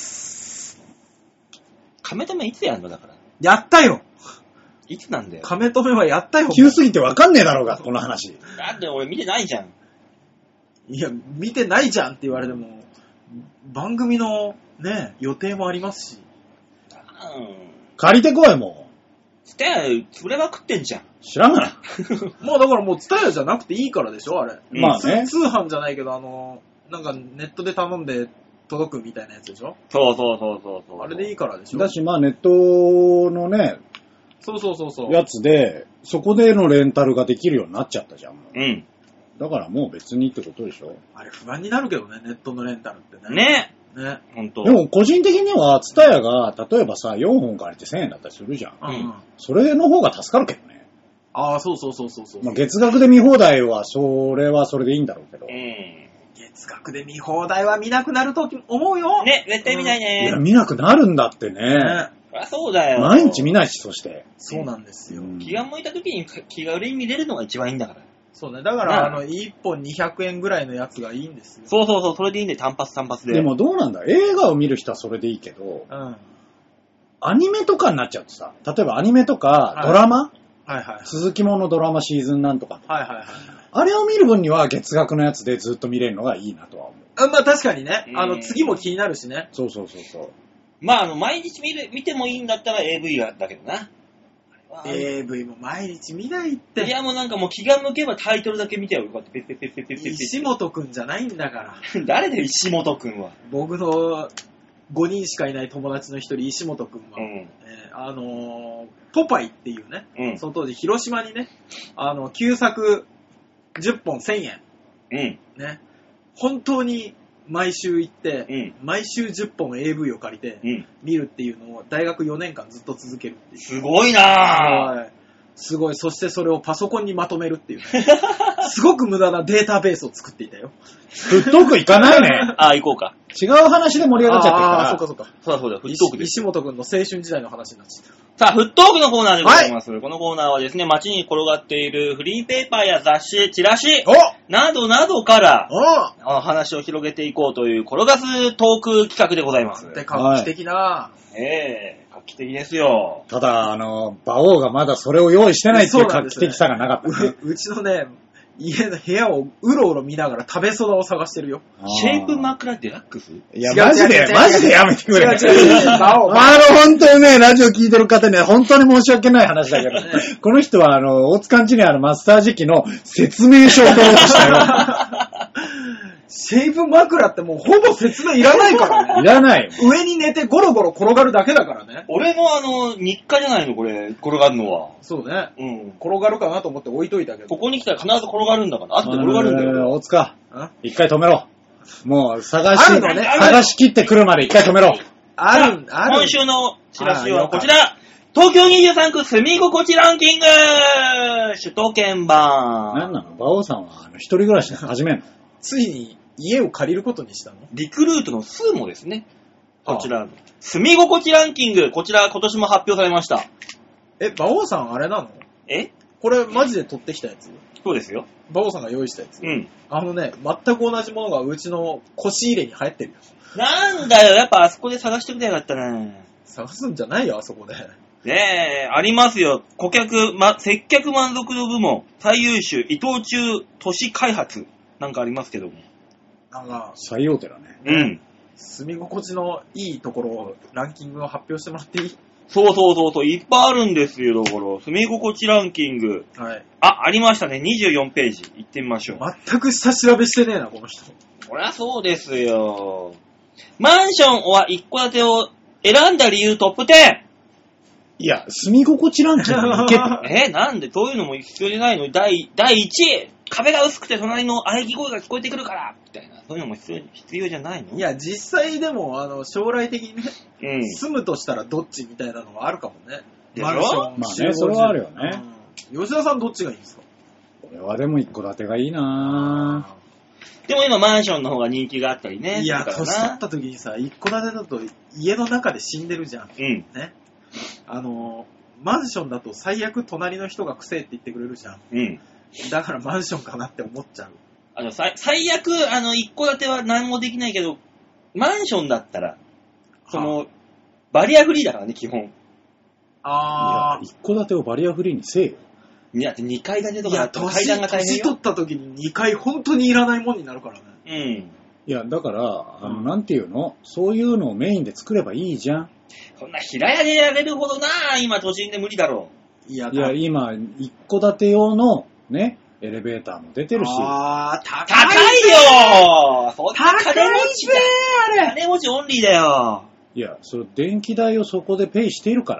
亀止めいつやんのだから。 やったよ。 いつなんだよ。 亀止めはやったよ。 急すぎてわかんねえだろうが、この話。 だって俺見てないじゃん。 いや、見てないじゃんって言われても、番組のね、予定もありますし。 借りてこい、もう。 ツタヤ潰れまくってんじゃん。 知らんがな。 もうだからもうツタヤじゃなくていいからでしょ、あれ。 まあね。 通販じゃないけど、なんかネットで頼んで届くみたいなやつでしょ。 そう。 あれでいいからでしょ。 だし、まあネットのね、 そうやつで、そこでのレンタルができるようになっちゃったじゃん。 うん。 だからもう別にってことでしょ。 あれ不安になるけどね、ネットのレンタルってね。 ね。ほんと。 でも個人的には、ツタヤが、例えばさ、4本借りて1000円だったりするじゃん。 うん。 それの方が助かるけどね。 ああ、そう。 まあ、月額で見放題は、それはそれでいいんだろうけど。 月額で見放題は見なくなると思うよ。 ね、絶対見ないね。 いや、見なくなるんだってね。 そうだよ。 毎日見ないし、そして。 そうなんですよ。 気が向いた時に気軽に見れるのが一番いいんだから。 そうね。だから、1本200円ぐらいのやつがいいんですよ。 そう。それでいいんで、単発で。 でもどうなんだ、映画を見る人はそれでいいけど、アニメとかになっちゃうとさ、例えばアニメとかドラマ、続きものドラマシーズンなんとか、あれを見る分には月額のやつでずっと見れるのがいいなとは思う。 まあ確かにね、次も気になるしね。 そう。 まあ、毎日見てもいいんだったら AV だけどな。 AV も毎日見ないって。 いや、もうなんかもう気が向けばタイトルだけ見ちゃうよ。こうやってペッ。 石本くんじゃないんだから。 誰だよ、石本くんは。 僕の5人しかいない友達の一人、石本くんは、ポパイっていうね、その当時広島にね、旧作10本1000円。ね。本当に毎週行って、毎週10本 AV を借りて、見るっていうのを大学4年間ずっと続けるっていう。 すごいなぁ。 すごい。そしてそれをパソコンにまとめるっていう、ね。すごく無駄なデータベースを作っていたよ。 フットーク行かないね。 あ、行こうか。 違う話で盛り上がっちゃってるから。 そうかそうか。 そうだ、フットークです。 石本くんの青春時代の話になっちゃった。 さあ、フットークのコーナーでございます。はい、このコーナーはですね、街に転がっているフリーペーパーや雑誌、チラシ、などなどから、話を広げていこうという転がすトーク企画でございます。 で、画期的な。 画期的ですよ。 ただ、馬王がまだそれを用意してないっていう画期的さがなかった、ね。 うちのね、家の部屋をうろうろ見ながら食べそばを探してるよ。 シェイプ枕デラックス？ いや、マジでやめてくれ。 違う。 本当にね、ラジオ聞いてる方には本当に申し訳ない話だけど、この人は大塚ん家にあるマッサージ機の説明書を取ろうとしたよ。 シェイプ枕ってもうほぼ説明いらないからね。 いらない。 上に寝てゴロゴロ転がるだけだからね。 俺の日課じゃないのこれ、転がるのは。 そうね。うん。転がるかなと思って置いといたけど。 ここに来たら必ず転がるんだから。あって転がるんだよ。 大塚。一回止めろ。もう探し切ってくるまで一回止めろ。 ある。 今週のチラシはこちら。東京23区住み心地ランキング首都圏版。 なんなの馬王さんは一人暮らしで始めんのついに家を借りることにしたの？ リクルートのスーモですね。こちら。住み心地ランキング。こちら今年も発表されました。 馬王さんあれなの？これマジで取ってきたやつ？ そうですよ。 馬王さんが用意したやつ。 うん。 全く同じものがうちの腰入れに入ってるよ。 なんだよ、やっぱあそこで探してくれなかったな。 探すんじゃないよ、あそこで。 ねえ、ありますよ。接客満足度部門、最優秀、伊藤忠都市開発なんかありますけども。 最大手だね。 うん。 住み心地のいいところを、ランキングを発表してもらっていい？ そう、いっぱいあるんですよ、だから。住み心地ランキング。 はい。 ありましたね。24ページ。行ってみましょう。 全く下調べしてねえな、この人。 こりゃそうですよ。マンションは一戸建てを選んだ理由トップ10。 いや、住み心地ランキングに行けた。 なんでそういうのも必要じゃないの？第1位壁が薄くて隣の喘ぎ声が聞こえてくるからみたいな。そういうのも必要じゃないの？ いや、実際でも、将来的にね、住むとしたらどっちみたいなのはあるかもね。 マンション。 まあね、それはあるよね。 吉田さんどっちがいいんですか？ 俺はでも一戸建てがいいなぁ。 でも今マンションの方が人気があったりね。 いや、年取った時にさ、一戸建てだと家の中で死んでるじゃん。 うん。 ね。マンションだと最悪隣の人がくせえって言ってくれるじゃん。 うん。 だからマンションかなって思っちゃう。 最悪、一戸建ては何もできないけど、マンションだったら、バリアフリーだからね、基本。 いや、一戸建てをバリアフリーにせえよ。 いや、2階建てとかだと階段が大変よ。 年取った時に2階本当にいらないもんになるからね。 うん。 いや、だから、なんていうの？そういうのをメインで作ればいいじゃん。 そんな平屋でやれるほどな、今都心で無理だろう。いや、今、一戸建て用の、ね、エレベーターも出てるし。 高いよそんな金持ちだ。 あれ金持ちオンリーだよ。 いや、それ電気代をそこでペイしているから。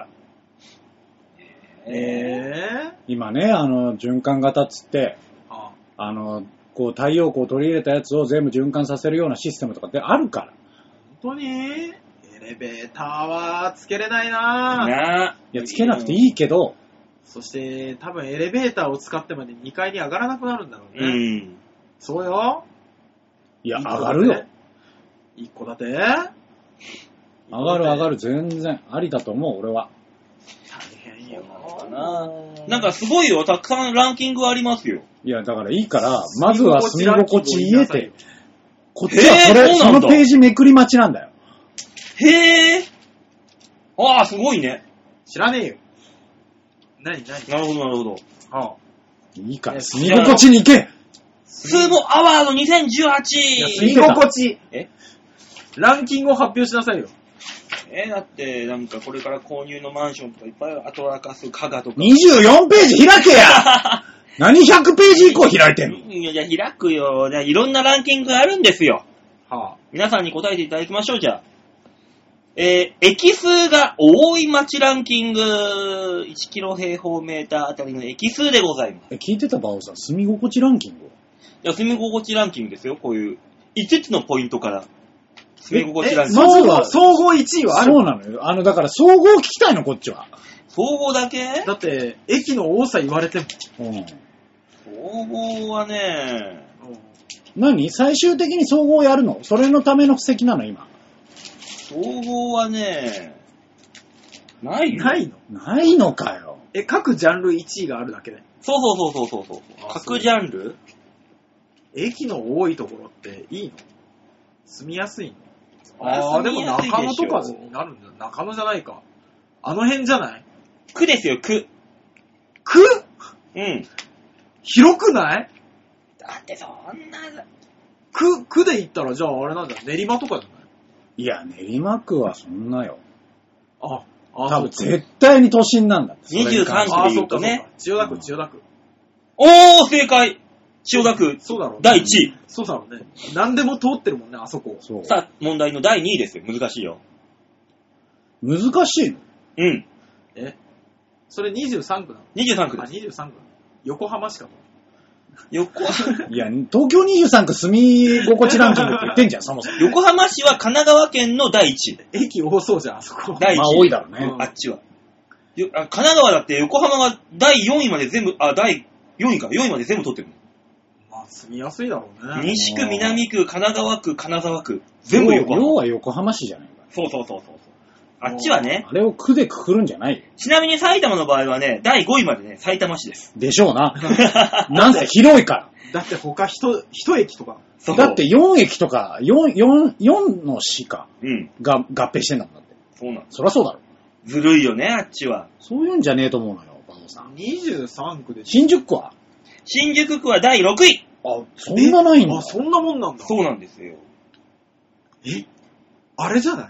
今ね、循環型っつって、こう太陽光を取り入れたやつを全部循環させるようなシステムとかってあるから。 本当にエレベーターはつけれないないや、つけなくていいけど、 そして多分エレベーターを使ってまで2階に上がらなくなるんだろうね。 うん。 そうよ。 いや、上がるよ。 一戸建て上がる、全然。ありだと思う、俺は。 大変よなんかすごいよ、たくさんランキングありますよ。 いや、だからいいから、まずは住み心地言えて。こっちはそのページめくり待ちなんだよ。 へぇー。ああ、すごいね。 知らねえよ。何なるほど。 いいから、住み心地に行け。 スーモアワード2018。 住み心地。ランキングを発表しなさいよ。 だって、なんかこれから購入のマンションとかいっぱいアトラカス、加賀とか。 24ページ開けや何100ページ以降開いてんの？ いや、開くよ。いろんなランキングがあるんですよ。 はあ、 皆さんに答えていただきましょう、じゃあ。駅数が多い街ランキング、1キロ平方メーターあたりの駅数でございます。 聞いてたバオさん、住み心地ランキング？ いや、住み心地ランキングですよ。こういう5つのポイントから。住み心地ランキング。 まずは総合1位はある？ そうなのよ。だから総合聞きたいの、こっちは。 総合だけ？ だって、駅の多さ言われても。 総合はね、 何？最終的に総合やるの？それのための布石なの今。 総合はね、ないよ。 ないの？ ないのかよ。 各ジャンル1位があるだけで。 そう。各ジャンル？ 駅の多いところっていいの？住みやすいの？でも住みやすいでしょ中野とかになるんだよ。中野じゃないか。あの辺じゃない？ 区ですよ、区。 区？ うん。 広くない？ だってそんな、 区で言ったらじゃああれなんだよ。練馬とかじゃない？ いや、練馬区はそんなよ。多分そう絶対に都心なんだって。 23区で言うとね。 千代田区。 おー、正解。千代田区。 そうだろうね。 第1位。 そうだろうね。何でも通ってるもんね、あそこ。 そう。 さあ、問題の第2位ですよ。難しいよ。 難しいの？ うん。 それ23区なの ？23区です。 23区。横浜しかと。 横浜いや、東京23区住み心地ランキングって言ってんじゃん、そもそも。 横浜市は神奈川県の第1位。 駅多そうじゃん、あそこ。 第1位。 まあ多いだろうね。 あっちは。神奈川だって横浜が第4位まで全部、第4位か。4位まで全部取ってるの。 まあ、住みやすいだろうね。 西区、南区、神奈川区、金沢区。全部横浜。 要は横浜市じゃないか。 そう。あっちはね。 あれを区でくくるんじゃないよ。 ちなみに埼玉の場合はね、第5位までね、埼玉市です。 でしょうな。なんせ広いから。 だって他一駅とか。 だって4駅とか、4の市か。 うん。 が合併してんだもんだって。 そうなんです。 そりゃそうだろ。 ずるいよね、あっちは。 そういうんじゃねえと思うのよ、バオさん。 23区で新宿区は？ 新宿区は第6位。 そんなないんだ。 そんなもんなんだ。 そうなんですよ。 あれじゃない？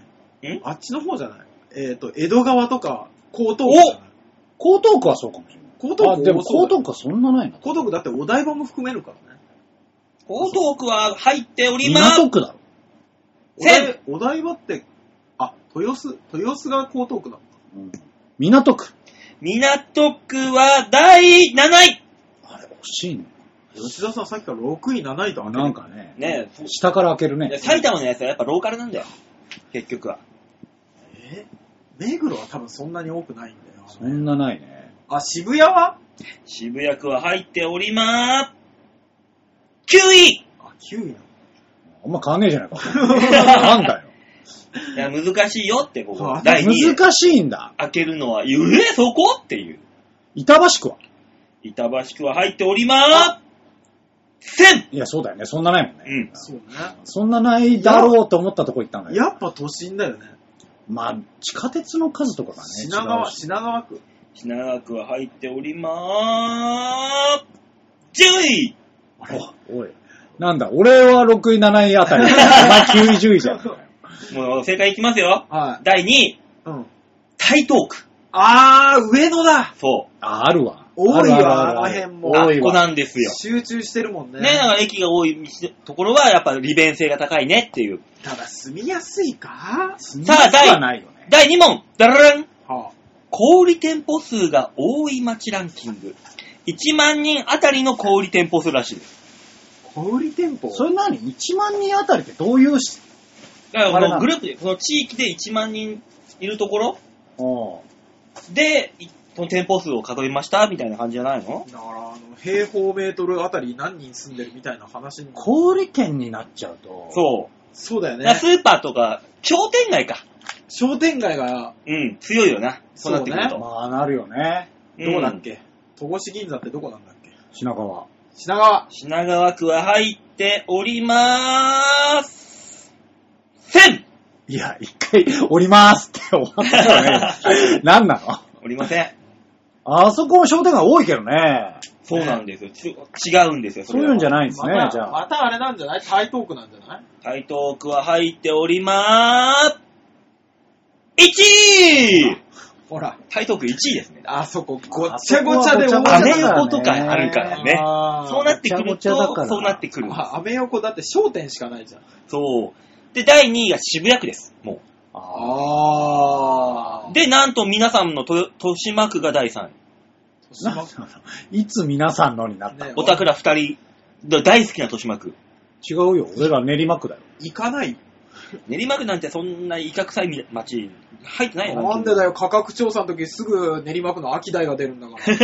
あっちの方じゃない？江戸川とか、江東区じゃない？ 江東区はそうかもしれない。 江東区でも江東区はそんなないな。 江東区だってお台場も含めるからね。 江東区は入っております。 港区だろ。 お台場って、豊洲が江東区だもん。 港区。 港区は第7位。 あれ、惜しいね。 吉田さんさっきから6位、7位と開ける。 なんかね。 ね下から開けるね。 埼玉のやつはやっぱローカルなんだよ。結局は。 目黒は多分そんなに多くないんだよ。 そんなないね。 渋谷は？ 渋谷区は入っておりまーす。9位。 9位なの？ あんま変わんねえじゃないか。なんだよ。 いや、難しいよって、ここ。 第2位。難しいんだ。 開けるのは、そこっていう。 板橋区は？ 板橋区は入っておりまーす。 いや、そうだよね。そんなないもんね。 うん。 そうね。 そんなないだろうと思ったとこ行ったんだよ。 やっぱ都心だよね。 まあ、地下鉄の数とかがね。 品川区。 品川区は入っておりまーす。10位。 おい。なんだ、俺は6位、7位あたり。まあ、9位、10位じゃん。 もう正解いきますよ。 はい。 第2位。台東区。 上野だ。 そう。 あるわ。 多いわ、あの辺も。 ここなんですよ。 集中してるもんね。 ね、だから駅が多いところはやっぱ利便性が高いねっていう。 ただ住みやすいか？ さあ、第2問。ダララン。小売店舗数が多い街ランキング。1万人あたりの小売店舗数らしいです。 小売店舗？ それ何？ 1万人あたりってどういうだからこのグループで、この地域で1万人いるところで、その店舗数を数えましたみたいな感じじゃないの？ だから平方メートルあたり何人住んでるみたいな話に。 小売店になっちゃうと。 そうだよね。 スーパーとか、商店街か。 商店街が、 強いよな。そうなってくると。 まあ、なるよね。 どこだっけ？戸越銀座ってどこなんだっけ？ 品川。 品川区は入っておりまーす。1000！ いや、一回、おりまーすって終わったよね。何なの？ おりません。 あそこも商店街多いけどね。 そうなんですよ。違うんですよ。 そういうんじゃないんですね、じゃあ。 またあれなんじゃない？台東区なんじゃない？ 台東区は入っておりまーす。1位！ ほら。 台東区1位ですね。 あそこ、ごっちゃごちゃでアメ横とかあるからね。そうなってくると、そうなってくる。 アメ横だって商店しかないじゃん。 そう。で、第2位が渋谷区です。もう。で、なんと皆さんの豊島区が第3位。 いつ皆さんのになったの？ おたくら2人、大好きな豊島区。 違うよ。俺ら練馬区だよ。 行かない。 練馬区なんてそんな威嚇臭い街入ってないの？ なんでだよ、価格調査の時すぐ練馬区の秋台が出るんだから。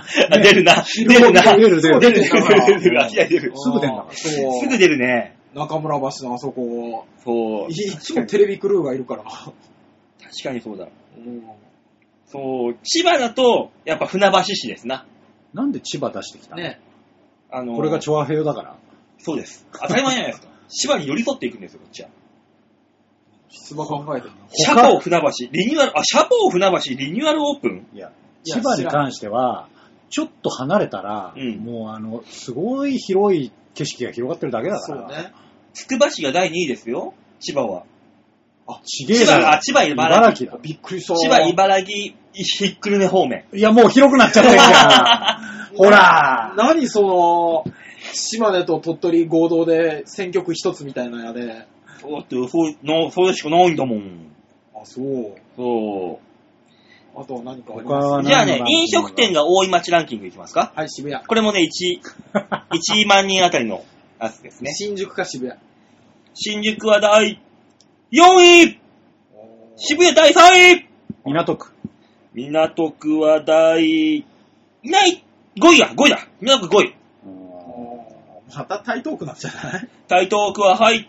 出るな。 出る。 秋台出る。 すぐ出るんだから。 すぐ出るね。 中村橋のあそこ。 そう。 いつもテレビクルーがいるから。 確かにそうだ。そう、千葉だと、やっぱ船橋市ですな。 なんで千葉出してきたの？ ね。 これがチョアヘヨだから。 そうです。当たり前じゃないですか。千葉に寄り添っていくんですよ、こっちは。 出馬考えてるな。 シャポー船橋、リニューアル、シャポー船橋、リニューアルオープン？ いや、千葉に関しては、ちょっと離れたら、もうすごい広い景色が広がってるだけだから。 そうね。 つくば市が第2位ですよ、千葉は。 ちげえな。 千葉、茨城だ。 びっくりした。 千葉、茨城、ひっくるめ方面。 いや、もう広くなっちゃってるじゃん。ほら。 何島根と鳥取合同で選挙区一つみたいなやで。 それしかないんだもん。 あ、そう。 そう。 あとは何かありますか？ じゃあね、飲食店が多い街ランキングいきますか？ はい、渋谷。 これもね、1万人あたりのやつですね。 新宿か渋谷。 新宿は第4位！渋谷第3位！ 港区。 港区は第、5位だ！港区5位。 また台東区なんじゃない？ 台東区は入って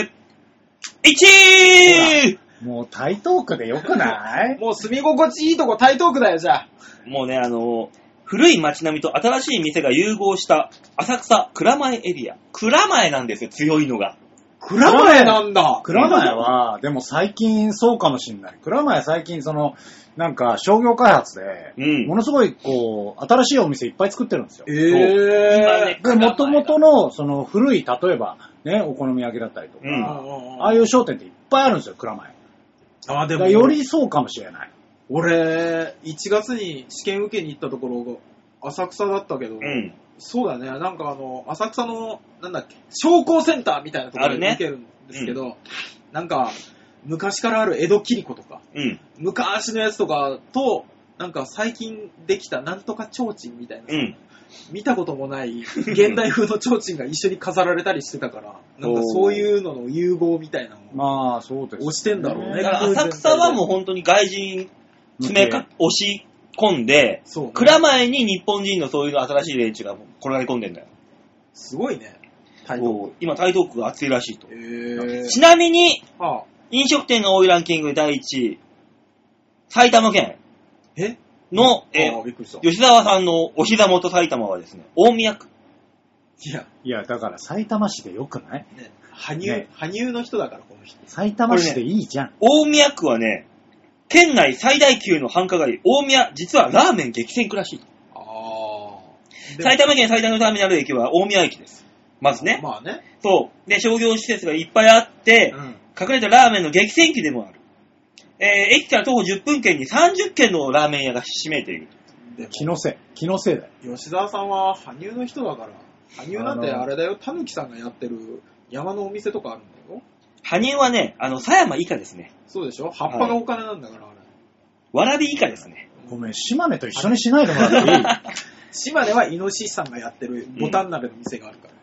、1位！ もう台東区でよくないもう住み心地いいとこ台東区だよ、じゃあ。 もうね、古い街並みと新しい店が融合した浅草蔵前エリア。蔵前なんですよ、強いのが。 蔵前なんだ。 蔵前は、でも最近そうかもしんない。蔵前最近なんか商業開発で、ものすごい新しいお店いっぱい作ってるんですよ。で、元々の古い、例えばね、お好み焼きだったりとか、ああいう商店っていっぱいあるんですよ、蔵前。でもよりそうかもしれない。 俺、1月に試験受けに行ったところが浅草だったけど、そうだね、なんか浅草の、なんだっけ、商工センターみたいなところで受けるんですけど、なんか、昔からある江戸切子とか、昔のやつとかと、なんか最近できたなんとか提灯みたいな、見たこともない現代風の提灯が一緒に飾られたりしてたから、なんかそういうのの融合みたいなのを、 まあそうですね。 押してんだろうね。 だから浅草はもう本当に外人押し込んで、蔵前に日本人のそういう新しい連中が転がり込んでんだよ。 すごいね。 今台東区が熱いらしいと。ちなみに、飲食店が多いランキング第1位、埼玉県の、吉沢さんのお膝元埼玉はですね、大宮区。 いや、だから埼玉市でよくない？ 羽生の人だから、この人。 埼玉市でいいじゃん。 大宮区はね、県内最大級の繁華街、大宮、実はラーメン激戦区らしい。埼玉県最大のターミナル駅は大宮駅です。まずね。 まあね。 そう。で、商業施設がいっぱいあって、隠れたラーメンの激戦区でもある。駅から徒歩10分圏に30軒のラーメン屋がひしめいている。 気のせいだよ。 吉沢さんは羽生の人だから、羽生なんてあれだよ、たぬきさんがやってる山のお店とかあるんだよ。 羽生はね、狭山以下ですね。 そうでしょ？葉っぱがお金なんだから、あれ。 わらび以下ですね。 ごめん、島根と一緒にしないでもらっていい？ 島根はイノシシさんがやってるボタン鍋の店があるから。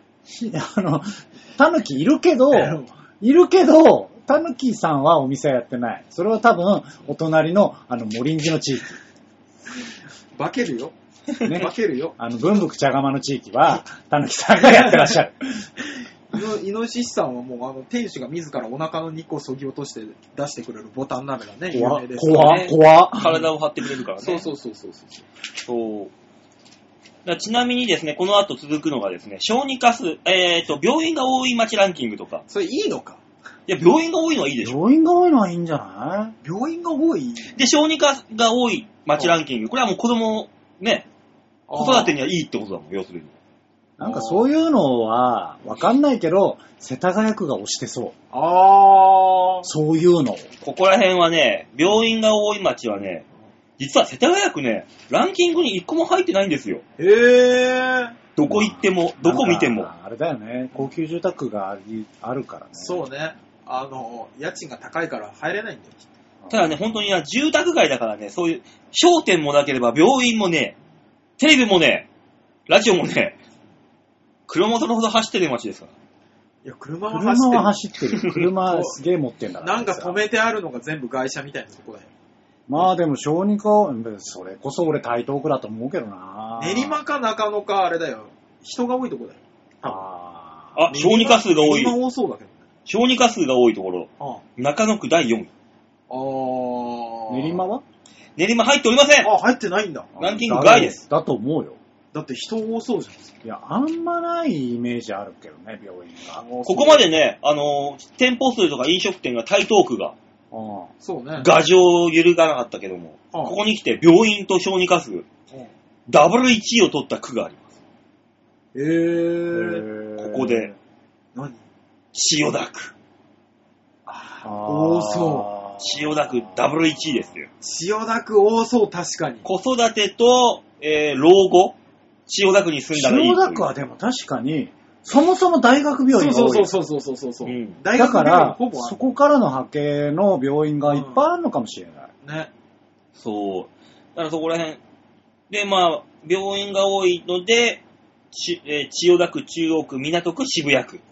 たぬきいるけど、たぬきさんはお店やってない。それは多分、お隣の、モリンジの地域。 化けるよ。ね。化けるよ。 文福茶釜の地域は、たぬきさんがやってらっしゃる。 イノシシさんはもう、店主が自らお腹の肉を削ぎ落として出してくれるボタン鍋がね、有名ですね。 怖っ。 体を張ってくれるからね。そう。ちなみにですね、この後続くのがですね、小児科数、病院が多い街ランキングとか。 それいいのか？ いや、病院が多いのはいいでしょ。 病院が多いのはいいんじゃない？ 病院が多い？ で、小児科が多い街ランキング。これはもう子供、ね、子育てにはいいってことだもん、要するに。 なんかそういうのは、わかんないけど、世田谷区が推してそう。そういうの。 ここら辺はね、病院が多い街はね、実は世田谷区ね、ランキングに1個も入ってないんですよ。どこ行っても、どこ見ても。 あれだよね、高級住宅があるからね。 そうね。家賃が高いから入れないんだよ。 ただね、本当に住宅街だからね、そういう商店もなければ病院もね、テレビもね、ラジオもね、車もそれほど走ってる街ですから。 いや、車は走ってる。車すげえ持ってんだから。 なんか止めてあるのが全部外車みたいなとこだよ。 まあでも小児科、それこそ俺台東区だと思うけどな。 練馬か中野かあれだよ。人が多いとこだよ。 小児科数が多い。 今多そうだけどね。 小児科数が多いところ。中野区第4位。 練馬は？ 練馬入っておりません。 入ってないんだ。 ランキング外です。 だと思うよ。 だって人多そうじゃん。 いや、あんまないイメージあるけどね、病院が。 ここまでね、店舗数とか飲食店が台東区が、 そうね。 牙城を揺るがなかったけども、ここに来て病院と小児科数、ダブル1位を取った区があります。ここで、千代田区。 多そう。 千代田区ダブル1位ですよ。 千代田区多そう、確かに。 子育てと、老後、千代田区に住んだらいい。 千代田区はでも確かに、そもそも大学病院が多い。 そう。 大学病院ほぼそこからの派遣の病院がいっぱいあるのかもしれない。 ね。 そう。だからそこら辺。で、まあ、病院が多いので、千代田区、中央区、港区、渋谷区。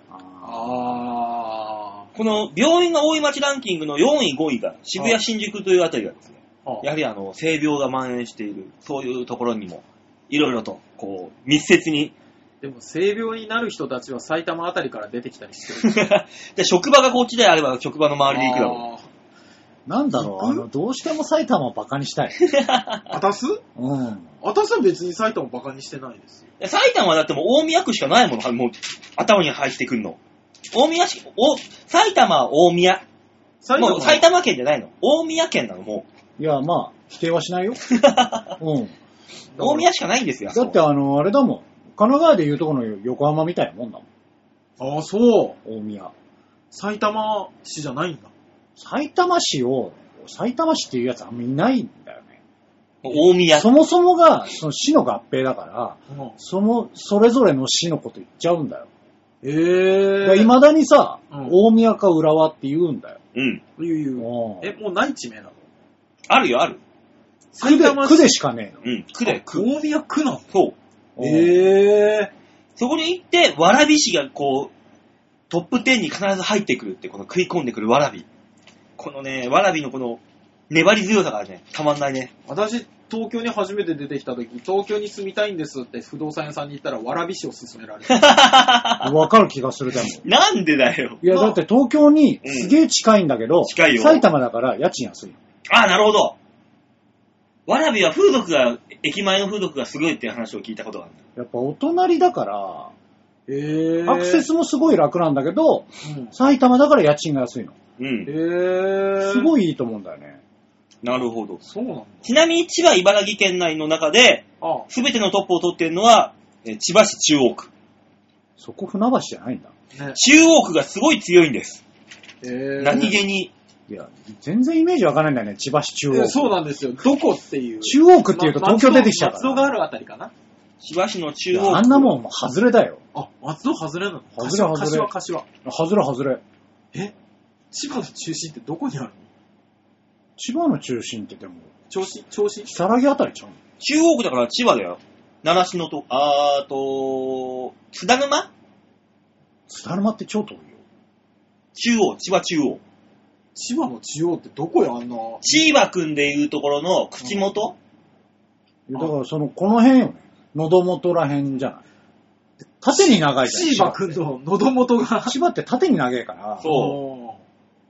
この病院が多い町ランキングの4位、5位が渋谷、新宿というあたりがですね、やはり性病が蔓延している、そういうところにも、いろいろと、こう、密接に。 でも、性病になる人たちは埼玉あたりから出てきたりしてる。 で、職場がこっちであれば、職場の周りで行くだろう。なんだろう、どうしても埼玉をバカにしたい。 あたす？あたすは別に埼玉をバカにしてないです。 埼玉はだってもう大宮区しかないもの、もう、頭に入ってくるの。埼玉、大宮。もう埼玉県じゃないの。大宮県なの、もう。いや、まあ、否定はしないよ。 大宮しかないんですよ。 だってあれだもん。神奈川でいうとこの横浜みたいなもんだもん。 そう。 大宮。 埼玉市じゃないんだ。 埼玉市っていうやつあんまいないんだよね。 大宮。 そもそもが、その市の合併だから、それぞれの市のこと言っちゃうんだよ。未だにさ、大宮か浦和って言うんだよ。 もうない地名なの？ あるよ、ある。 区でしかねえの。区で。 大宮区なの？ そう。そこに行って、蕨市がこう、トップ10に必ず入ってくるって、この食い込んでくる蕨。このね、蕨のこの、粘り強さがね、たまんないね。 私、東京に初めて出てきた時、東京に住みたいんですって不動産屋さんに行ったら、蕨市を勧められた。 わかる気がするでも。 なんでだよ。 いや、だって東京にすげえ近いんだけど、 近いよ。 埼玉だから家賃安い。 なるほど。蕨は風俗が、駅前の風俗がすごいっていう話を聞いたことがある。 やっぱお隣だから、アクセスもすごい楽なんだけど、埼玉だから家賃が安いの。すごいいいと思うんだよね。 なるほど。 そうなんだ。 ちなみに千葉、茨城県内の中で、すべてのトップを取っているのは、千葉市中央区。 そこ船橋じゃないんだ。 中央区がすごい強いんです。何気に。 いや、全然イメージわかんないんだよね、千葉市中央区。 そうなんですよ。どこっていう。 中央区っていうと東京出てきちゃうから。 松戸があるあたりかな。 千葉市の中央区。 あんなもん外れだよ。 松戸外れなの？ 柏。外れ。 千葉の中心ってどこにあるの？ 千葉の中心ってでも。 銚子木更木あたりちゃうの？ 中央区だから千葉だよ。習志野と、津田沼？ 津田沼って超遠いよ。 千葉中央。 千葉の中央ってどこやあんな？ 千葉くんでいうところの口元？ だからこの辺よね。喉元ら辺じゃない。縦に長いじゃん。 千葉くんの喉元が。 千葉って縦に長いから。 そう。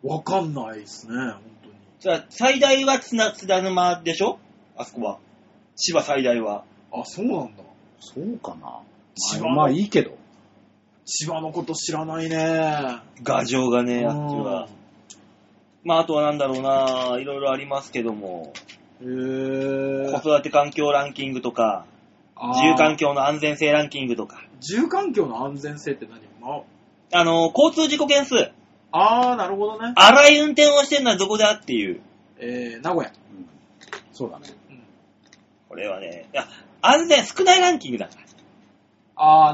わかんないですね、本当に。 じゃあ、最大は津田沼でしょ？あそこは。千葉最大は。 そうなんだ。 そうかな。まあいいけど。 千葉のこと知らないね。 牙城がね、あっちは。まあ、あとはなんだろうな、いろいろありますけども。子育て環境ランキングとか、住環境の安全性ランキングとか。 住環境の安全性って何？ 交通事故件数。 なるほどね。 荒い運転をしてるのはどこだっていう。 名古屋。 そうだね。 これはね、安全少ないランキングだから。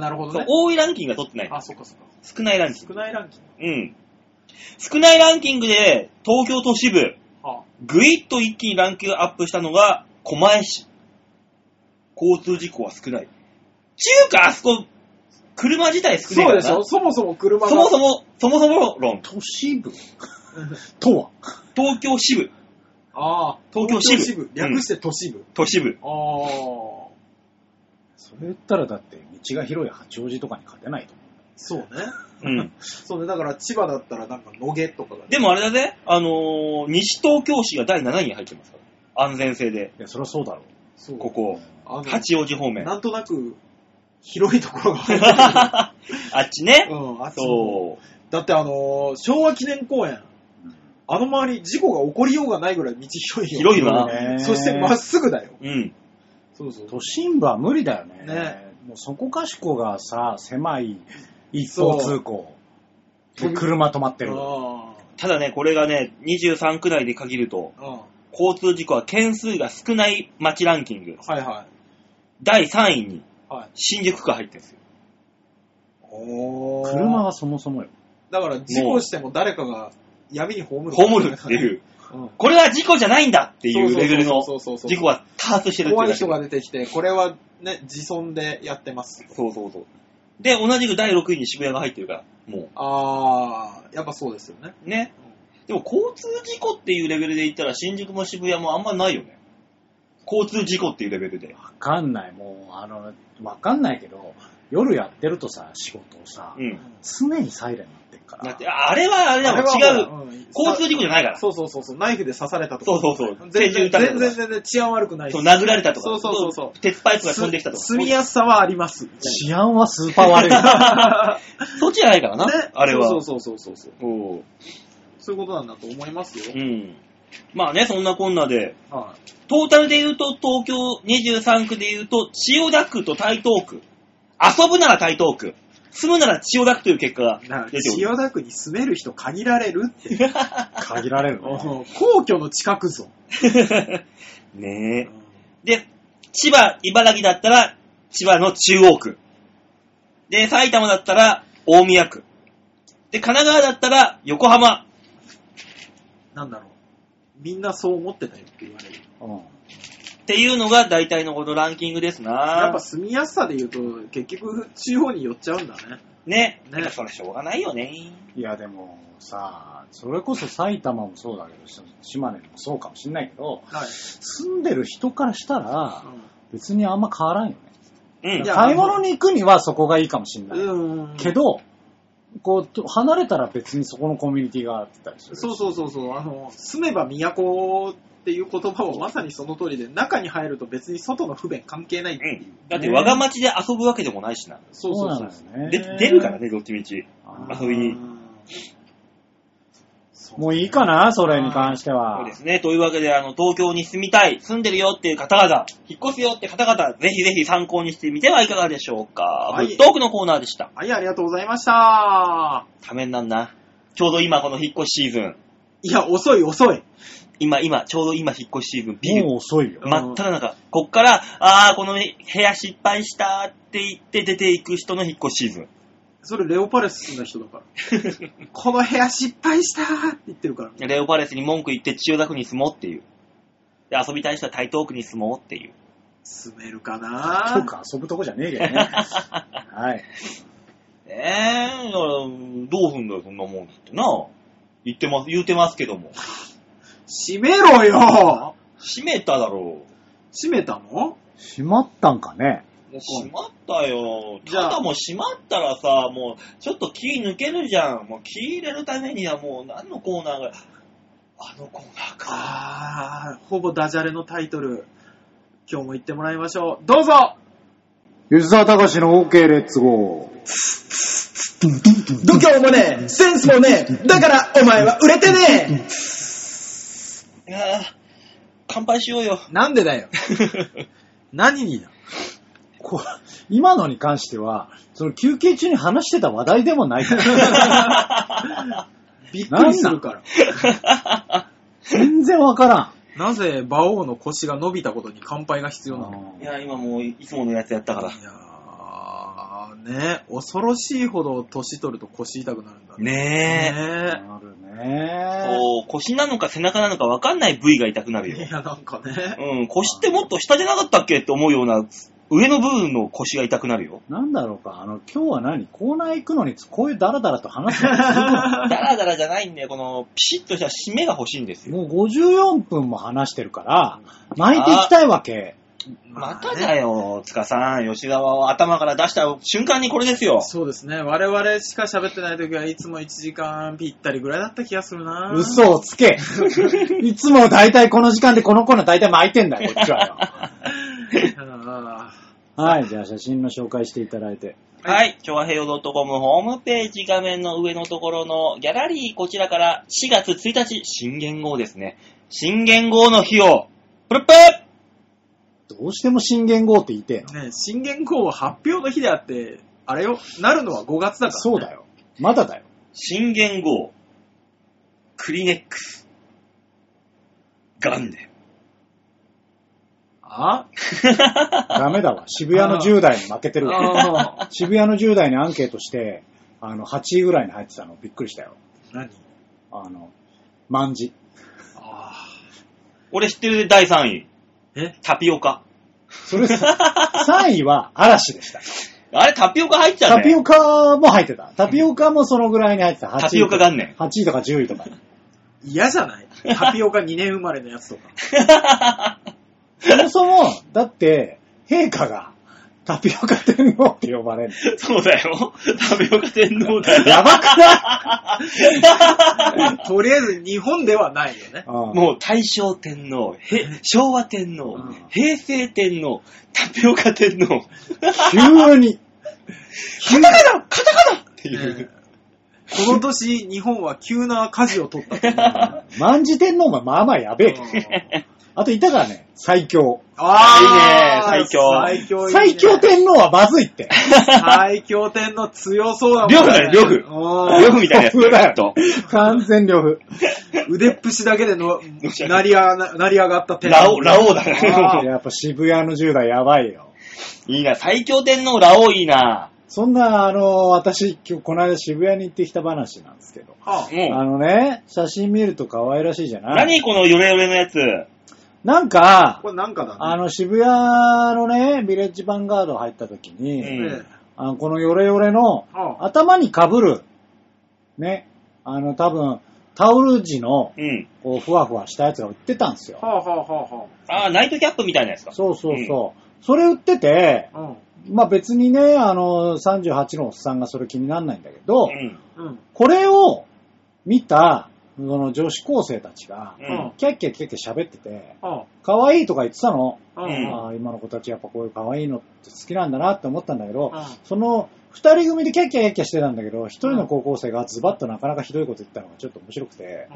なるほどね。 多いランキングが取ってない。 そっか。 少ないランキング。 少ないランキング。 うん。少ないランキングで、東京都市部、ぐいっと一気にランキングアップしたのが、狛江市。交通事故は少ない。あそこ、 車自体少ないからな。 そうでしょ、そもそも車が。 そもそも論。 都市部とは東京支部。 ああ、 東京支部。 略して都市部。 都市部。 ああ。 それ言ったらだって道が広い八王子とかに勝てないと思う。 そうね。 うん。 そうね、だから千葉だったらなんか野毛とかが、ね。 でもあれだぜ、西東京市が第7位に入ってますから。安全性で。 いや、そりゃそうだろう。 そう。 ここ、八王子方面。 なんとなく、広いところが入ってる。 あっちね。 うん、あっち。 そう。 だって昭和記念公園。あの周り、事故が起こりようがないぐらい道広いよ。 広いな。 そしてまっすぐだよ。 うん。 そうそう。都心部は無理だよね。 ね。 もうそこかしこがさ、狭い一方通行。で、車止まってる。 ただね、これがね、23区内で限ると、交通事故は件数が少ない街ランキング。 はいはい。 第3位に、新宿区が入ってるんですよ。 車はそもそもよ。 だから事故しても誰かが闇に葬る。 葬るっていう。これは事故じゃないんだっていうレベルの事故は多発してるっていう。 怖い人が出てきて、これはね、自損でやってます。 そうそうそう。で、同じく第6位に渋谷が入ってるから、もう。 やっぱそうですよね。 ね。でも交通事故っていうレベルで言ったら新宿も渋谷もあんまないよね。交通事故っていうレベルで。 わかんない。もう、わかんないけど、夜やってるとさ、仕事をさ、常にサイレンになってるから。 だって、あれは違う。交通事故じゃないから。 そう。ナイフで刺されたとか。 そう。 全然治安悪くない。 そう、殴られたとか。 そう。 鉄パイプが飛んできたとか。 住みやすさはあります。 治安はスーパー悪い。 そっちじゃないからな。あれは。 そう。そういうことなんだと思いますよ。 うん。まあね、そんなこんなで、トータルで言うと東京23区で言うと、千代田区と台東区。遊ぶなら台東区。住むなら千代田区という結果が出ておる。 千代田区に住める人限られるって。 限られるね。皇居の近くぞ。 ねえ。で、千葉、茨城だったら千葉の中央区。で、埼玉だったら大宮区。で、神奈川だったら横浜。 なんだろう。みんなそう思ってたよって言われる。 っていうのが大体のこのランキングですな。 やっぱ住みやすさで言うと結局地方に寄っちゃうんだね。 ね。それしょうがないよね。 いやでもさ、それこそ埼玉もそうだけど、島根もそうかもしんないけど、住んでる人からしたら別にあんま変わらんよね。買い物に行くにはそこがいいかもしんない。けど、こう離れたら別にそこのコミュニティがあったりする。 そう。住めば都っていう言葉はまさにその通りで、中に入ると別に外の不便関係ないっていう。 だって我が町で遊ぶわけでもないしな。 そう。 出るからね、どっちみち。遊びに。 もういいかな、それに関しては。 そうですね。というわけで、東京に住みたい、住んでるよっていう方々、引っ越すよって方々、ぜひぜひ参考にしてみてはいかがでしょうか。フットークのコーナーでした。 はい、ありがとうございました。 ためになんな。ちょうど今この引っ越しシーズン。 いや、遅い。 ちょうど今引っ越しシーズン。 もう遅いよ。 真っ只中。こっから、この部屋失敗したって言って出ていく人の引っ越しシーズン。 それレオパレス住んだ人だから。この部屋失敗したって言ってるから。 レオパレスに文句言って千代田区に住もうっていう。で、遊びたい人は台東区に住もうっていう。 住めるかなとか遊ぶとこじゃねえけどね。はい。 どうすんだよ、そんなもんってな。言うてますけども。 閉めろよ。 閉めただろう。 閉めたの？ 閉まったんかね。 閉まったよ。ただもう閉まったらさ、もうちょっと気抜けるじゃん。もう気入れるためにはもう何のコーナーが、あのコーナーか。 ほぼダジャレのタイトル。今日も言ってもらいましょう。どうぞ。 吉沢隆の OK レッツゴー。 度胸もねえ、センスもねえ、だからお前は売れてねえ。いや乾杯しようよ。 なんでだよ。何にだ。 今のに関しては、その休憩中に話してた話題でもないから。 びっくりするから。 全然わからん。 なぜ馬王の腰が伸びたことに乾杯が必要なの？ いや、今もういつものやつやったから。いやね、恐ろしいほど年取ると腰痛くなるんだね。ねえ。なるね。 そう、腰なのか背中なのか分かんない部位が痛くなるよ。 いや、なんかね。 腰ってもっと下じゃなかったっけって思うような上の部分の腰が痛くなるよ。 なんだろうか、今日はコーナー行くのに、こういうダラダラと話すのダラダラじゃないんだよ。この、ピシッとした締めが欲しいんですよ。 もう54分も話してるから、巻いていきたいわけ。 まただよ、塚さん。吉沢を頭から出した瞬間にこれですよ。 そうですね。我々しか喋ってない時はいつも1時間ぴったりぐらいだった気がするな。 嘘をつけ。いつも大体この時間でこのコーナー大体巻いてんだよ、こっちはよ。はい、じゃあ写真の紹介していただいて。 はい、ちょわへよ .com ホームページ画面の上のところのギャラリー、こちらから4月1日、新元号ですね。新元号の日を、プルップどうしても新元号って言いてえの。 ね、新元号発表の日であって、あれよ、なるのは5月だから、ね。 そうだよ。まだだよ。 新元号、クリネックス、ガンデン。 あダメだわ。渋谷の10代に負けてるわ。渋谷の10代にアンケートして、8位ぐらいに入ってたのびっくりしたよ。 何まんじ。 俺知ってる第3位。タピオカ。 それ3位は嵐でした。 あれタピオカ入ってたね。 タピオカも入ってた。タピオカもそもそぐらいに入ってた。 タピオカ元年。 8位とか10位とか。 嫌じゃないタピオカ2年生まれのやつとか。 そもそも、だって、陛下がタピオカ天皇って呼ばれる。 そうだよ。タピオカ天皇だよ。 やばくない？ とりあえず日本ではないよね。 もう大正天皇、昭和天皇、平成天皇、タピオカ天皇。 急に。 カタカナっていう。 この年、日本は急な舵を取った。 万事天皇がまあまあやべえ。あといたからね、最強。 ああ、いいね、最強。 最強天皇はまずいって。 最強天皇強そうだもんね。 呂布だよ、呂布。呂布みたいなやつだよ。 完全呂布。 腕っぷしだけで成り上がった天皇。ラオウだね。 やっぱ渋谷の10代やばいよ。 いいな、最強天皇ラオウいいな。 そんな、私、今日この間渋谷に行ってきた話なんですけど。写真見ると可愛らしいじゃない？ 何このヨレヨレのやつ。 なんか、 これなんかだね。 渋谷のね、ビレッジヴァンガード入った時に、このヨレヨレの頭に被る、ね、多分、タオル地の、こう、ふわふわしたやつが売ってたんですよ。 ナイトキャップみたいなやつか。 そう。それ売ってて、まあ別にね、38のおっさんがそれ気にならないんだけど、これを見た、その女子高生たちが、キャッキャ喋ってて、可愛いとか言ってたの。今の子たちやっぱこういう可愛いのって好きなんだなって思ったんだけど、その二人組でキャッキャしてたんだけど、一人の高校生がズバッとなかなかひどいこと言ったのがちょっと面白くて、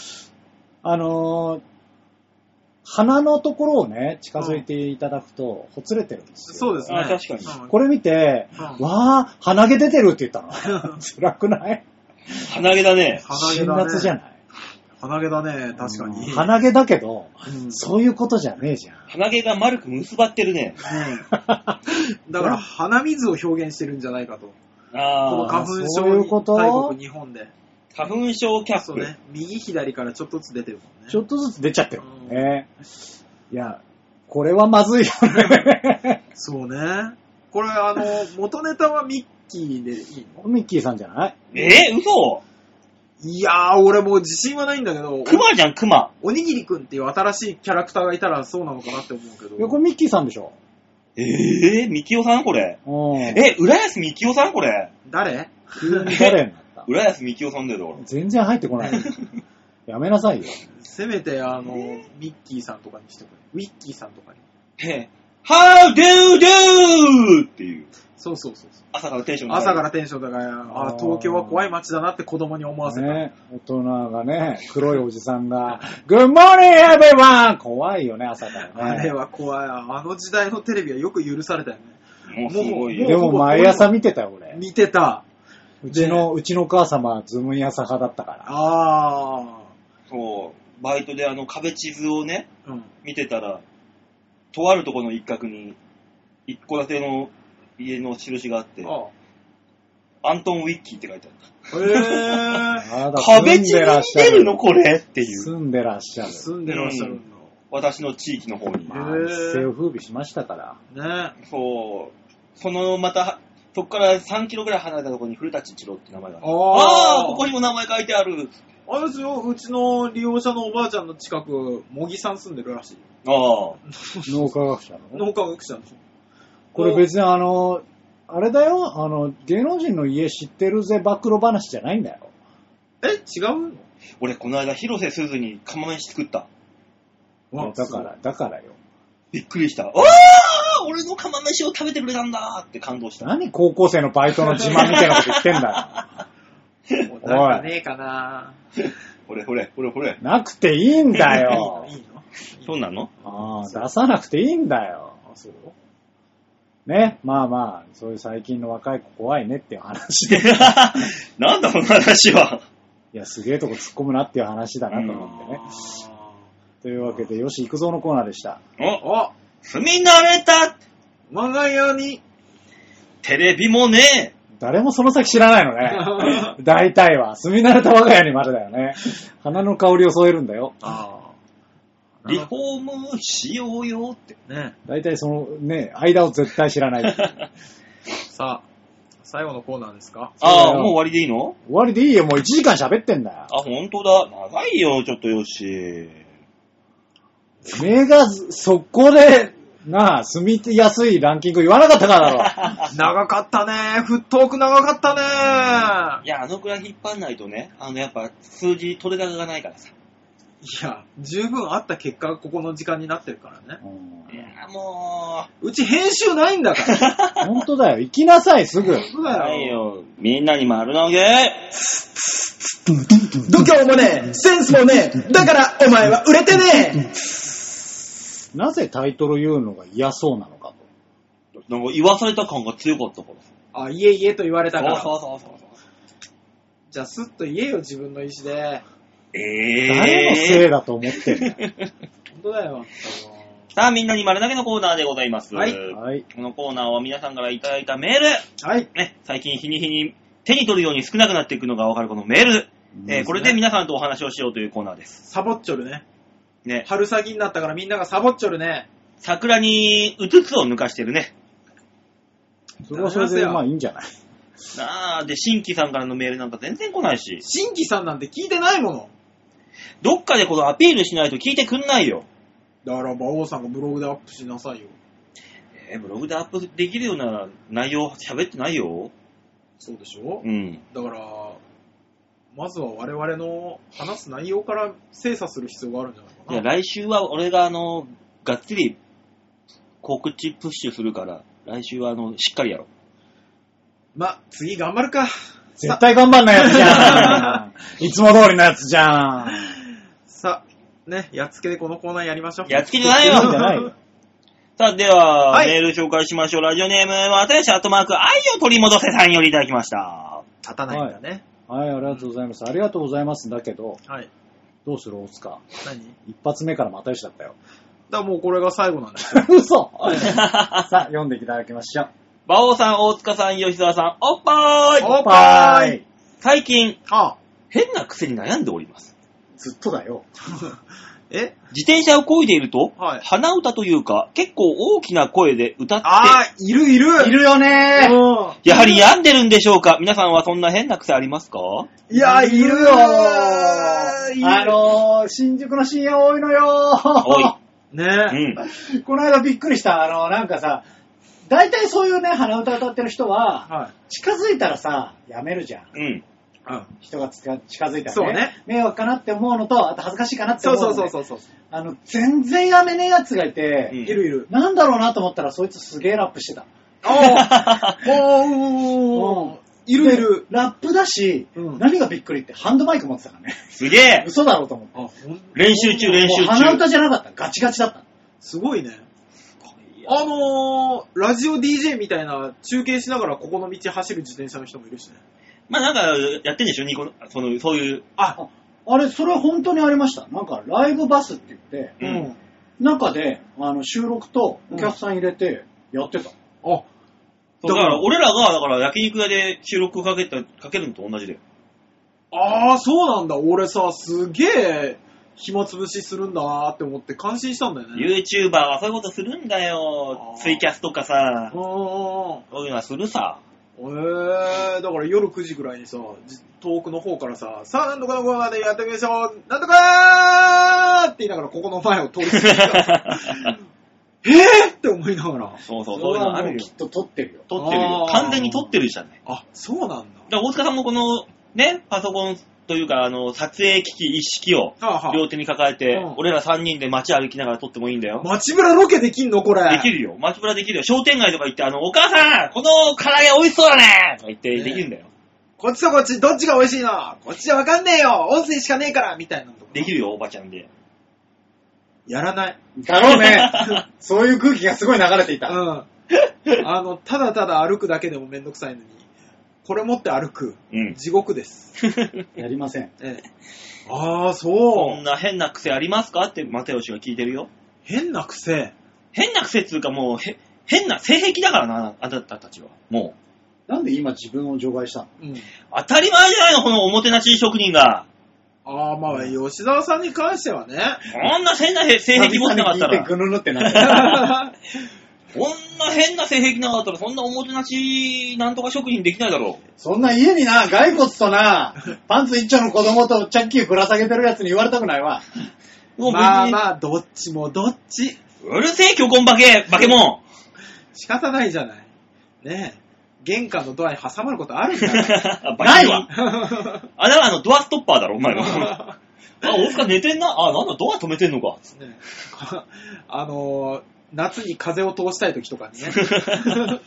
鼻のところをね、近づいていただくと、ほつれてるんですよ。 そうですね。 確かに。 これ見て、わー、鼻毛出てるって言ったの。辛くない？ 鼻毛だね。 辛辣じゃない？ 鼻毛だね、確かに。 鼻毛だけど、そういうことじゃねえじゃん。 鼻毛が丸く結ばってるね。 だから鼻水を表現してるんじゃないかと。この花粉症大国日本で。 花粉症キャップ。 そうね。右左からちょっとずつ出てるもんね。 ちょっとずつ出ちゃってるもんね。いや、これはまずいよね。 そうね。これ元ネタはミッキーでいいの？ ミッキーさんじゃない？ 嘘？ いやー、俺もう自信はないんだけど。 クマじゃん、クマ。 おにぎりくんっていう新しいキャラクターがいたらそうなのかなって思うけど。 いや、これミッキーさんでしょ。 ミキオさんこれ。浦安ミキオさんこれ。 誰？ 急に誰になった？ 浦安ミキオさんだよ、 全然入ってこない。やめなさいよ。 せめてミッキーさんとかにしてくれ。ウィッキーさんとかに。 How do you do? っていう。 そう。 朝からテンションだから、東京は怖い街だなって子供に思わせた。 ね、大人がね、黒いおじさんが、Good morning everyone! 怖いよね、朝からね。 あれは怖い。時代のテレビはよく許されたよね。 もうすごいよ。 でも毎朝見てたよ、俺。 見てた。 うちのお母様はズームイン朝派だったから。 そう。バイトで壁地図をね、見てたら、とあるところの一角に、一戸建ての家の印があって、アントン・ウィッキーって書いてあった。壁地に似てるのこれっていう。 住んでらっしゃる。 住んでらっしゃるんだ。 私の地域の方に。 まあ、一世を風靡しましたから。 ね。 そう。そのまた、そこから3キロぐらい離れたところに古舘一郎って名前がある。 ああ、 ここにも名前書いてある。 あれですよ、うちの利用者のおばあちゃんの近く、茂木さん住んでるらしい。 ああ。 脳科学者の脳科学者の。 これ別にあれだよ、芸能人の家知ってるぜ暴露話じゃないんだよ。 え、違うの？ 俺、この間、広瀬すずに釜飯作った。 だからよ。 びっくりした。俺の釜飯を食べてくれたんだって感動した。 何高校生のバイトの自慢みたいなこと言ってんだよ。なんかねえかな。 ほれ。 なくていいんだよ。 いいの？ そうなの？ 出さなくていいんだよ。そうね、まあ、そういう最近の若い子怖いねっていう話で。 なんだこの話は。 いや、すげえとこ突っ込むなっていう話だなと思ってね。というわけで、よし、行くぞのコーナーでした。 住み慣れた我が家にテレビもね。 誰もその先知らないのね。大体は。住み慣れた我が家にまでだよね。花の香りを添えるんだよ。 リフォームしようよって。 ね。 大体そのね、間を絶対知らない。 さあ、最後のコーナーですか？ もう終わりでいいの？ 終わりでいいよ。もう1時間喋ってんだよ。 ほんとだ。長いよ、ちょっとよし。 目がそこで、住みやすいランキング言わなかったからだろ。 長かったね。フットーク長かったね。 いや、くらい引っ張んないとね、やっぱ数字取れ高がないからさ。 いや、十分あった結果がここの時間になってるからね。 いや、もうち編集ないんだから。 ほんとだよ。行きなさい、すぐ。 そうだよ。みんなに丸投げ。 度胸もねえ、センスもねえ、だからお前は売れてねえ。 なぜタイトル言うのが嫌そうなのかと。 なんか言わされた感が強かったからさ。 いえいえと言われたから。 そう。 じゃあスッと言えよ、自分の意思で。 誰のせいだと思ってんだよ。 本当だよ。 さあ、みんなに丸投げのコーナーでございます。 はい。 このコーナーは皆さんからいただいたメール。 はい。 ね、最近日に日に手に取るように少なくなっていくのがわかるこのメール。これで皆さんとお話をしようというコーナーです。 サボっちょるね。 ね。 春先になったからみんながサボっちょるね。 桜にうつつを抜かしてるね。 それはそれでまあいいんじゃない。 で、新規さんからのメールなんか全然来ないし。 新規さんなんて聞いてないもの。 どっかでこのアピールしないと聞いてくんないよ。 だから馬王さんがブログでアップしなさいよ。 ブログでアップできるような内容喋ってないよ。 そうでしょ？ うん。 だから、まずは我々の話す内容から精査する必要があるんじゃないかな。 いや、来週は俺ががっつり告知プッシュするから、来週はしっかりやろう。 次頑張るか。 絶対頑張んないやつじゃん。いつも通りのやつじゃん。 さあ、ね、やっつけでこのコーナーやりましょう。 やっつけじゃないよ。 じゃないよ。 さあ、では、 はい、 メール紹介しましょう。ラジオネーム、またよし、愛を取り戻せさんよりいただきました。 立たないんだね。 はい、ありがとうございます。ありがとうございますんだけど、 はい。 どうする大塚。 何？ 一発目から又吉だったよ。 だからもうこれが最後なんですよ。 嘘さあ、読んでいただきましょう。 馬王さん、大塚さん、吉沢さん、おっぱーいおっぱーい最近、変な癖に悩んでおります。 ずっとだよ。 自転車を漕いでいると、 はい、 鼻歌というか、結構大きな声で歌って。 いるいるよねー。やはり病んでるんでしょうか？皆さんはそんな変な癖ありますか？ いや、いるよー。新宿の深夜多いのよー。 多い。 ねえ。この間びっくりした。なんかさ、大体そういうね、鼻歌歌ってる人は、近づいたらさ、やめるじゃん。 うん。 人が近づいたらね。 そうね。 迷惑かなって思うのと、あと恥ずかしいかなって思うの、ね。 そう。 全然やめねえやつがいて、 いる。 なんだろうなと思ったら、そいつすげえラップしてた。いる。ラップだし、何がびっくりってハンドマイク持ってたからね。 すげえ嘘だろうと思って。 練習中。 鼻歌じゃなかった。ガチガチだった。 すごいね。ラジオ DJ みたいな中継しながらここの道走る自転車の人もいるしね。 なんか、やってんでしょそういう。 あれ、それ本当にありました。なんか、ライブバスって言って、中で、収録とお客さん入れてやってた。 だから俺らが焼肉屋で収録かけるのと同じで。 そうなんだ。俺さ、すげえ暇つぶしするんだなーって思って感心したんだよね。 YouTuber はそういうことするんだよ。ツイキャスとかさ。 そういうのはするさ。 だから夜9時ぐらいにさ、遠くの方からさ、さあなんとかのコーナーでやってみましょう、なんとかーって言いながらここの前を通り過ぎてって思いながら。 そういうのあるよ。 きっと撮ってるよ。 撮ってるよ。完全に撮ってるじゃない。 あ、そうなんだ。 だから大塚さんもこの、ね、パソコンというか、撮影機器一式を両手に抱えて、俺ら3人で街歩きながら撮ってもいいんだよ。 街ブラロケできんのこれ。 できるよ。街ブラできるよ。商店街とか行って、お母さんこの唐揚げ美味しそうだねとか言ってできるんだよ。 こっちとこっち、どっちが美味しいの？こっちじゃわかんねえよ、音声しかねえからみたいなのとか。 できるよ、おばちゃんで。 やらない。 だろうね。そういう空気がすごい流れていた。 ただただ歩くだけでもめんどくさいのに、これ持って歩く。地獄です。 やりません。 ああ、そう。 そんな変な癖ありますかって又吉が聞いてるよ。 変な癖っていうかもう、変な性癖だからな、あなたたちは。もう。なんで今自分を除外したの？ 当たり前じゃないの、このおもてなし職人が。 ああ、まあ、吉沢さんに関してはね。 こんな変な性癖持ってなかったら。 ぐぬぬってなったこんな変な性癖なかったら、そんなおもてなしなんとか職人できないだろう。 そんな家にな、骸骨とな、パンツ一丁の子供とチャッキーぶら下げてるやつに言われたくないわ。 まあ、どっちもどっち。 うるせえ、巨根化け物。 仕方ないじゃない。ねえ。玄関のドアに挟まることあるんだよ。 ないわ。あれはドアストッパーだろ、お前は。大塚寝てんな。なんだ、ドア止めてんのか。 ね、夏に風を通したい時とかにね。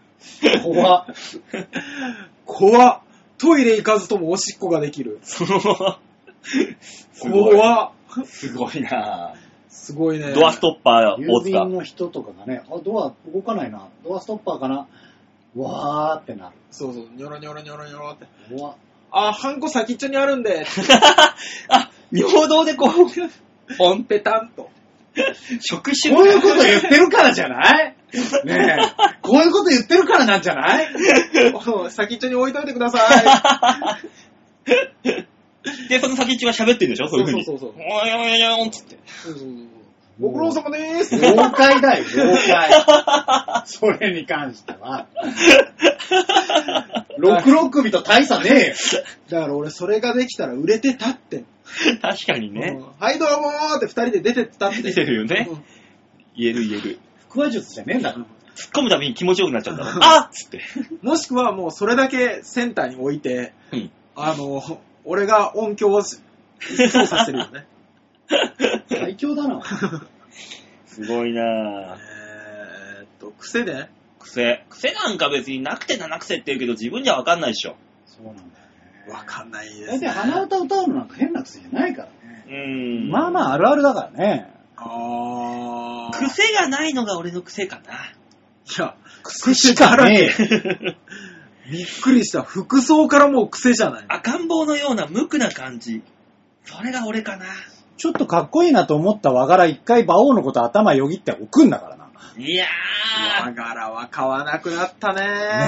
怖っ。トイレ行かずともおしっこができる。怖っ。 すごいなぁ。 すごいね。 ドアストッパー、 郵便の人とかがね、ドア動かないな。ドアストッパーかな。わーってなる。 そう、ニョロニョロニョロニョロって。 怖っ。 ハンコ先っちょにあるんで。 尿道でこう、 ポンペタンと。 触手。こういうこと言ってるからじゃないねえ。こういうこと言ってるからなんじゃない先っちょに置いといてください。で、その先っちょが喋ってるんでしょ、そういうふうに。 そう。 おーんつって。 ご苦労様でーす。 妖怪だよ、妖怪。それに関しては。66首と大差ねえよ。 だから俺それができたら売れてたって。 確かにね。 はいどうもーって二人で出てったって。 出てるよね。言える。 腹話術じゃねえんだろ。 突っ込むたびに気持ちよくなっちゃうんだろ。あっつって。 もしくはもうそれだけセンターに置いて、俺が音響を操作してるよね。 最強だな。 すごいなぁ。 癖で？ 癖なんか別になくて七癖って言うけど自分じゃわかんないでしょ。 そうなんだよね。 わかんないですね。 だいたい鼻歌歌うのなんか変な癖じゃないからね。 まああるあるだからね。 癖がないのが俺の癖かな。 いや、癖だらけ。びっくりした。服装からもう癖じゃない。 赤ん坊のような無垢な感じ。それが俺かな。 ちょっとかっこいいなと思った和柄一回馬王のこと頭よぎって置くんだからな。 いやー。和柄は買わなくなったね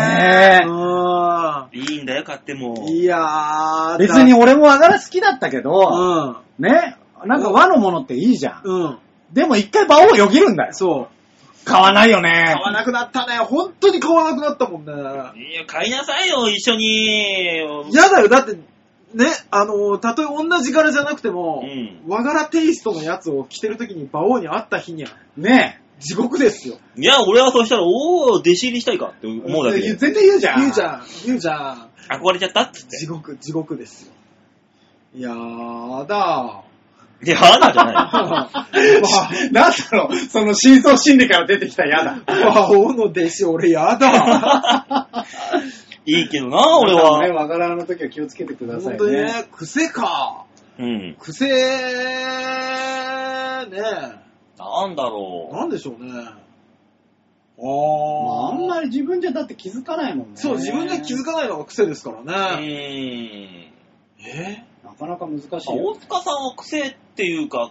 ー。 いいんだよ、買っても。 いやー。 別に俺も和柄好きだったけど、ね。なんか和のものっていいじゃん。でも一回馬王よぎるんだよ。 そう。 買わないよね。 買わなくなったね。本当に買わなくなったもんね。 いや、買いなさいよ、一緒に。 やだよ、だって、ね、たとえ同じ柄じゃなくても、和柄テイストのやつを着てるときに馬王に会った日には、 ねえ、 地獄ですよ。 いや、俺はそうしたら、弟子入りしたいかって思うだけで。 絶対言うじゃん。 言うじゃん。 憧れちゃったっつって。 地獄ですよ。いやだいや、あなじゃない。 なんだろう、その深層心理から出てきたやだ。 馬王の弟子、俺やだ。 いいけどな、俺は。 ね、和柄の時は気をつけてくださいね。 本当にね、癖か。癖ねなんだろう。 なんでしょうね。 あんまり自分じゃだって気づかないもんね。 そう、自分で気づかないのが癖ですからね。 なかなか難しい。 大塚さんは癖っていうか、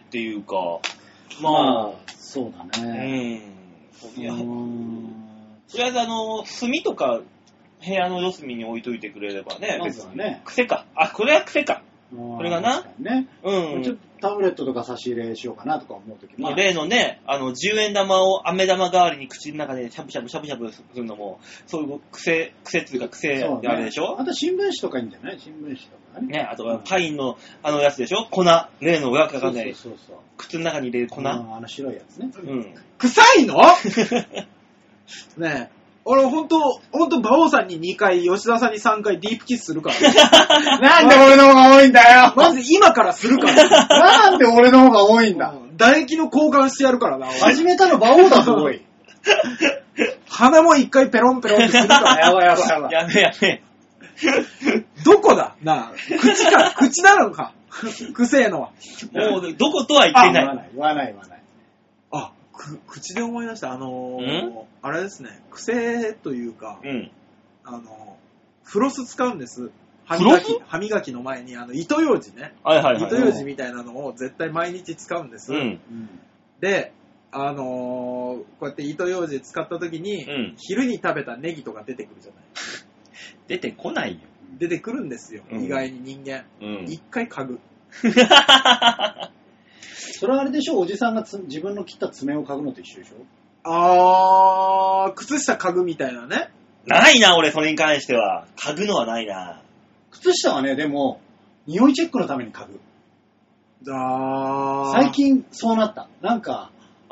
まあ、そうだね。 とりあえず炭とか部屋の四隅に置いといてくれればね。 まずはね。 癖か。これは癖か。これがな。 ね。 タブレットとか差し入れしようかなとか思うときも。 例のね、10円玉を飴玉代わりに口の中でしゃぶしゃぶするのも、そういう癖っていうか癖であれでしょ、 あと新聞紙とかいいんじゃない？新聞紙とかね。 ね、あとはパインのやつでしょ、粉。例のわけわかんない。そう。靴の中に入れる粉。 白いやつね。 臭いのねえ。俺ほんと、馬王さんに2回、吉田さんに3回ディープキスするから。 なんで俺の方が多いんだよ。 まず今からするから。 なんで俺の方が多いんだ。 唾液の交換してやるからな。 始めたの馬王だぞ、おい。 鼻も1回ペロンペロンってするから。 やばい。 やめ。 どこだなあ、口なのか。くせえのは。 もう、どことは言ってない。 言わない。 あ、口で思い出した。あれですね、癖というか、フロス使うんです。歯磨きの前に、糸ようじね。糸ようじみたいなのを絶対毎日使うんです。で、こうやって糸ようじ使った時に、昼に食べたネギとか出てくるじゃない。 出てこないよ。 出てくるんですよ、意外に人間。一回嗅ぐ。 それはあれでしょ、おじさんが自分の切った爪を嗅ぐのと一緒でしょ。 靴下嗅ぐみたいなね。 ないな、俺、それに関しては。嗅ぐのはないな。 靴下はね、でも、匂いチェックのために嗅ぐ。最近そうなった。なんか、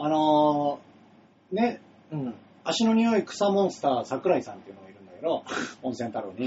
ね、足の匂い草モンスター桜井さんっていうのがいるんだけど、温泉太郎に。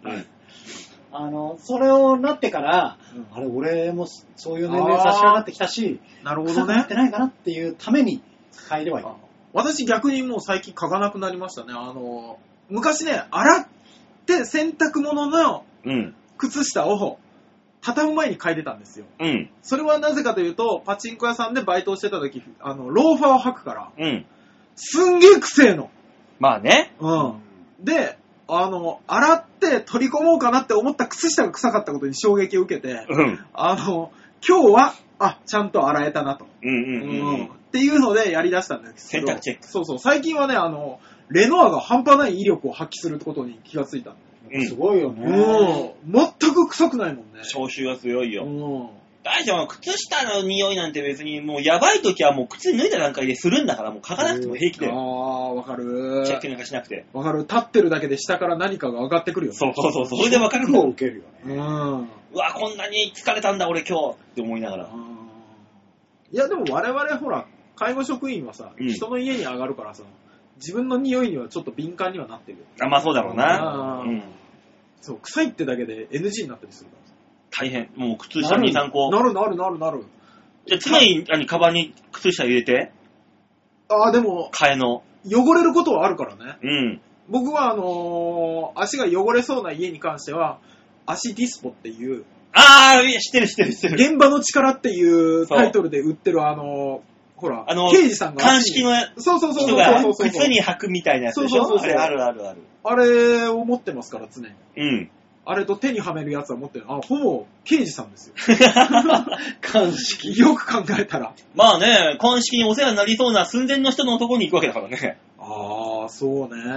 それをなってから、あれ、俺もそういう年齢差し掛かってきたし、 なるほどね。 臭くなってないかなっていうために嗅いではいる。 私逆にもう最近嗅がなくなりましたね。昔ね、洗って洗濯物の靴下を畳む前に嗅いでたんですよ。それはなぜかというと、パチンコ屋さんでバイトをしてた時、ローファーを履くから、すんげえ臭えの。まあね。で、洗って取り込もうかなって思った靴下が臭かったことに衝撃を受けて、今日は、ちゃんと洗えたなと。っていうのでやり出したんですけど。洗濯チェック。そう。最近はね、レノアが半端ない威力を発揮することに気がついた。 すごいよね。 全く臭くないもんね。 消臭が強いよ。大丈夫、靴下の匂いなんて別にもうやばい時はもう靴脱いだ段階でするんだから、もう嗅がなくても平気だよ。 わかる。 チェックなんかしなくて。 わかる。立ってるだけで下から何かが上がってくるよね。 そう。それでわかるのを受けるよね。 うわ、こんなに疲れたんだ俺今日って思いながら。 いやでも我々ほら、介護職員はさ、人の家に上がるからさ、自分の匂いにはちょっと敏感にはなってるよ。 まあそうだろうな。 そう、臭いってだけで NG になったりするからさ。 大変。もう靴下2、3個。 なる。 じゃあ常にカバンに靴下入れて。 でも、 替えの。 汚れることはあるからね。僕は足が汚れそうな家に関しては、足ディスポっていう。 知ってる。 現場の力っていうタイトルで売ってるほら、刑事さんが。 鑑識の人が靴に履くみたいなやつでしょ。 そう。 ある。 あれを持ってますから、常に。あれと手にはめるやつは持ってる。ほぼ刑事さんですよ。鑑識。よく考えたら。 まあね、鑑識にお世話になりそうな寸前の人のところに行くわけだからね。 そうね。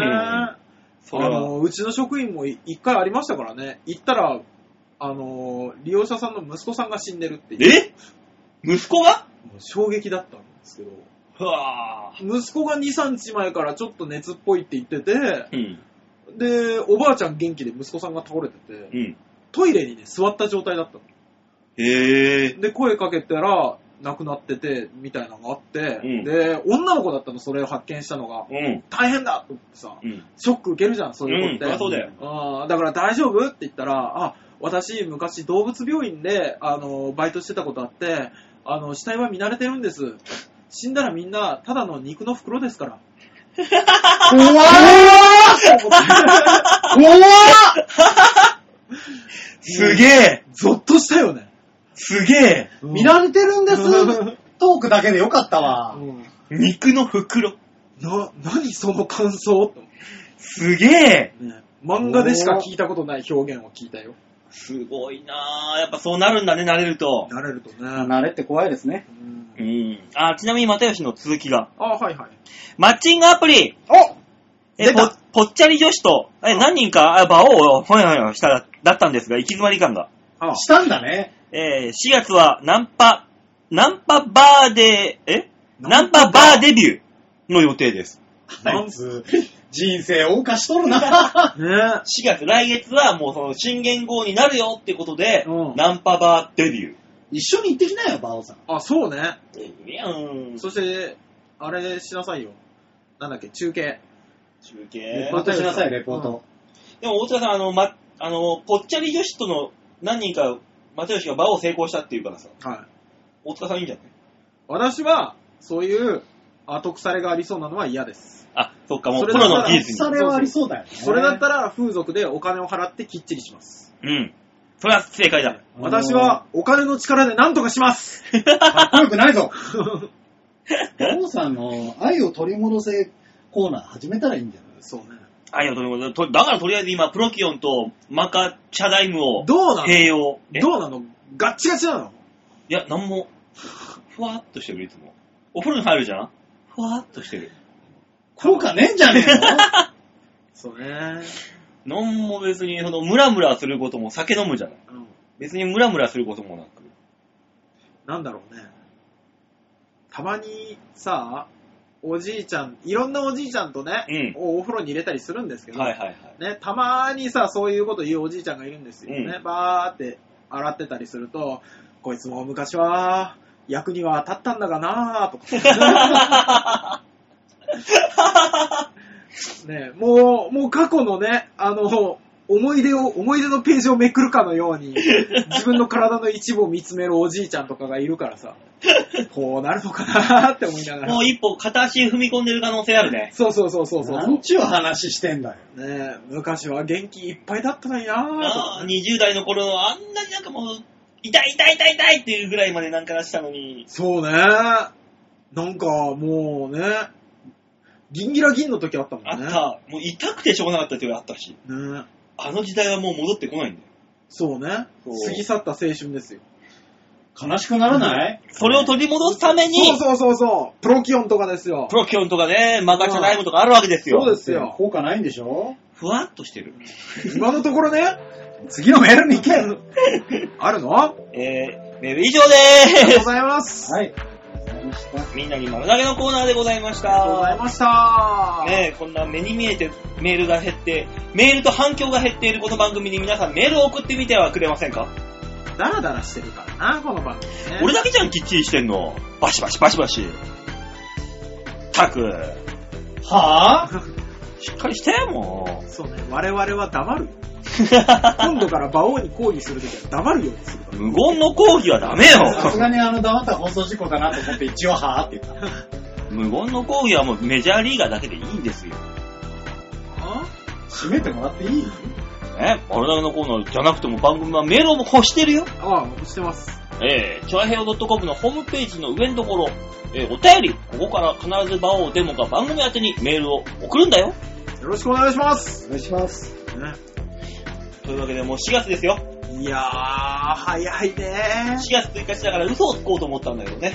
うちの職員も一回ありましたからね。行ったら、利用者さんの息子さんが死んでるっていう。 息子が？ もう衝撃だったんですけど。息子が2、3日前からちょっと熱っぽいって言ってて、で、おばあちゃん元気で息子さんが倒れてて、トイレにね、座った状態だったの。で、声かけたら、亡くなってて、みたいなのがあって、で、女の子だったの、それを発見したのが。大変だと思ってさ、ショック受けるじゃん、そういう子って。 そうだよ。 だから大丈夫って言ったら、私、昔動物病院で、バイトしてたことあって、死体は見慣れてるんです。死んだらみんな、ただの肉の袋ですから。怖っすげえゾッとしたよね。 すげえ見られてるんですトークだけでよかったわ。 肉の袋。 何その感想すげえ、 漫画でしか聞いたことない表現を聞いたよ。 すごいなぁ。やっぱそうなるんだね、慣れると。 慣れるとね。 慣れって怖いですね。 ちなみに又吉の続きが。 はい。 マッチングアプリ。ぽっちゃり女子と、何人か、場を、だったんですが、行き詰まり感が。 したんだね。 4月はナンパバーデビューの予定です。 あいつ、人生謳歌しとるな。 ね、 4月、来月はもうその新元号になるよってことで、ナンパバーデビュー。 一緒に行ってきなよ、バオさん。 あ、そうね。 そして、あれしなさいよ。なんだっけ、中継。 レポートしなさい、レポート。 でも、大塚さん、ぽっちゃり女子との何人か、又吉が場を成功したっていうからさ。 はい。 大塚さんいいんじゃない？ 私は、そういう後腐れがありそうなのは嫌です。 あ、そっか、もうプロの技術に。 後腐れはありそうだよね。 それだったら、風俗でお金を払ってきっちりします。 うん。それは正解だ。 私は、お金の力で何とかします。 かっこよくないぞ。バオさんの愛を取り戻せコーナー始めたらいいんじゃない？ そうね。 愛を取り戻せ。だからとりあえず今、プロキオンとマカチャダイムを併用。 どうなの？ガッチガチなの？ いや、なんも、ふわっとしてる、いつも。お風呂に入るじゃん？ふわっとしてる。 効果ねえんじゃねえの？ そうね。 なんも別に、ムラムラすることも酒飲むじゃない。うん、別にムラムラすることもなく。 なんだろうね。たまにさ、おじいちゃん、いろんなおじいちゃんとね、お風呂に入れたりするんですけど、 はいはいはい、 ね、たまにさ、そういうこと言うおじいちゃんがいるんですよね。バーって洗ってたりすると、こいつも昔は役には立ったんだがなぁとか。ね、もう過去のね、思い出のページをめくるかのように、自分の体の一部を見つめるおじいちゃんとかがいるからさ、こうなるのかなーって思いながら。 もう一歩片足踏み込んでる可能性あるね。 そう。 なんちゅう話してんだよ。 ねえ、昔は元気いっぱいだったのになー。20代の頃あんなになんかもう、痛いっていうぐらいまでなんかしたのに。 そうね。なんかもうね、ギンギラギンの時あったもんね。 あった。もう痛くてしょうがなかった時あったし。 ね、 あの時代はもう戻ってこないんだよ。 そうね。過ぎ去った青春ですよ。 悲しくならない？ それを取り戻すために。 そう。プロキオンとかですよ。 プロキオンとかね、マガチャライブとかあるわけですよ。 そうですよ。 効果ないんでしょ？ ふわっとしてる。 今のところね。 次のメールに行け。 あるの？ メール以上でーす。 ありがとうございます。 はい。 みんなに丸投げのコーナーでございました。 ありがとうございました。 ねえ、こんな目に見えてメールが減って、メールと反響が減っているこの番組に皆さんメールを送ってみてはくれませんか？ ダラダラしてるからな、この番組ね。 俺だけじゃん、きっちりしてんの。バシバシ。たく。 はぁ？ しっかりしてもう。 そうね、我々は黙るよ。今度から馬王に抗議するときは黙るようにするから。 無言の抗議はダメよ。 さすがに黙った放送事故だなと思って一応はぁって言った。 無言の抗議はもうメジャーリーガーだけでいいんですよ。 閉めてもらっていい？ 丸投げのコーナーじゃなくても番組はメールを欲してるよ。 ああ、欲してます。 チョアヘオ .com のホームページの上のところ、お便り、ここから必ず馬王デモが番組宛てにメールを送るんだよ。 よろしくお願いします。 お願いします。 ね、というわけでもう4月ですよ。 いやー、早いねー。 4月1日だから嘘をつこうと思ったんだけどね。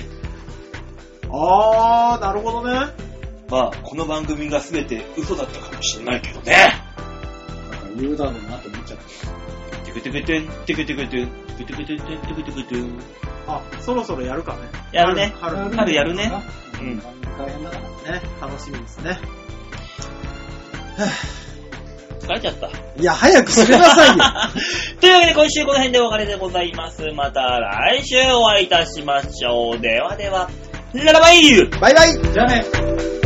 あー、なるほどね。 まあ、この番組が全て嘘だったかもしれないけどね。 なんか言うだろうなと思っちゃった。 あ、そろそろやるかね。 やるね。 春やるね。 うん。大変だからね。楽しみですね。 疲れちゃった。 いや、早く閉めなさいよ。 というわけで今週この辺でお別れでございます。また来週お会いいたしましょう。ではでは、ララバイ！ バイバイ！ じゃあね。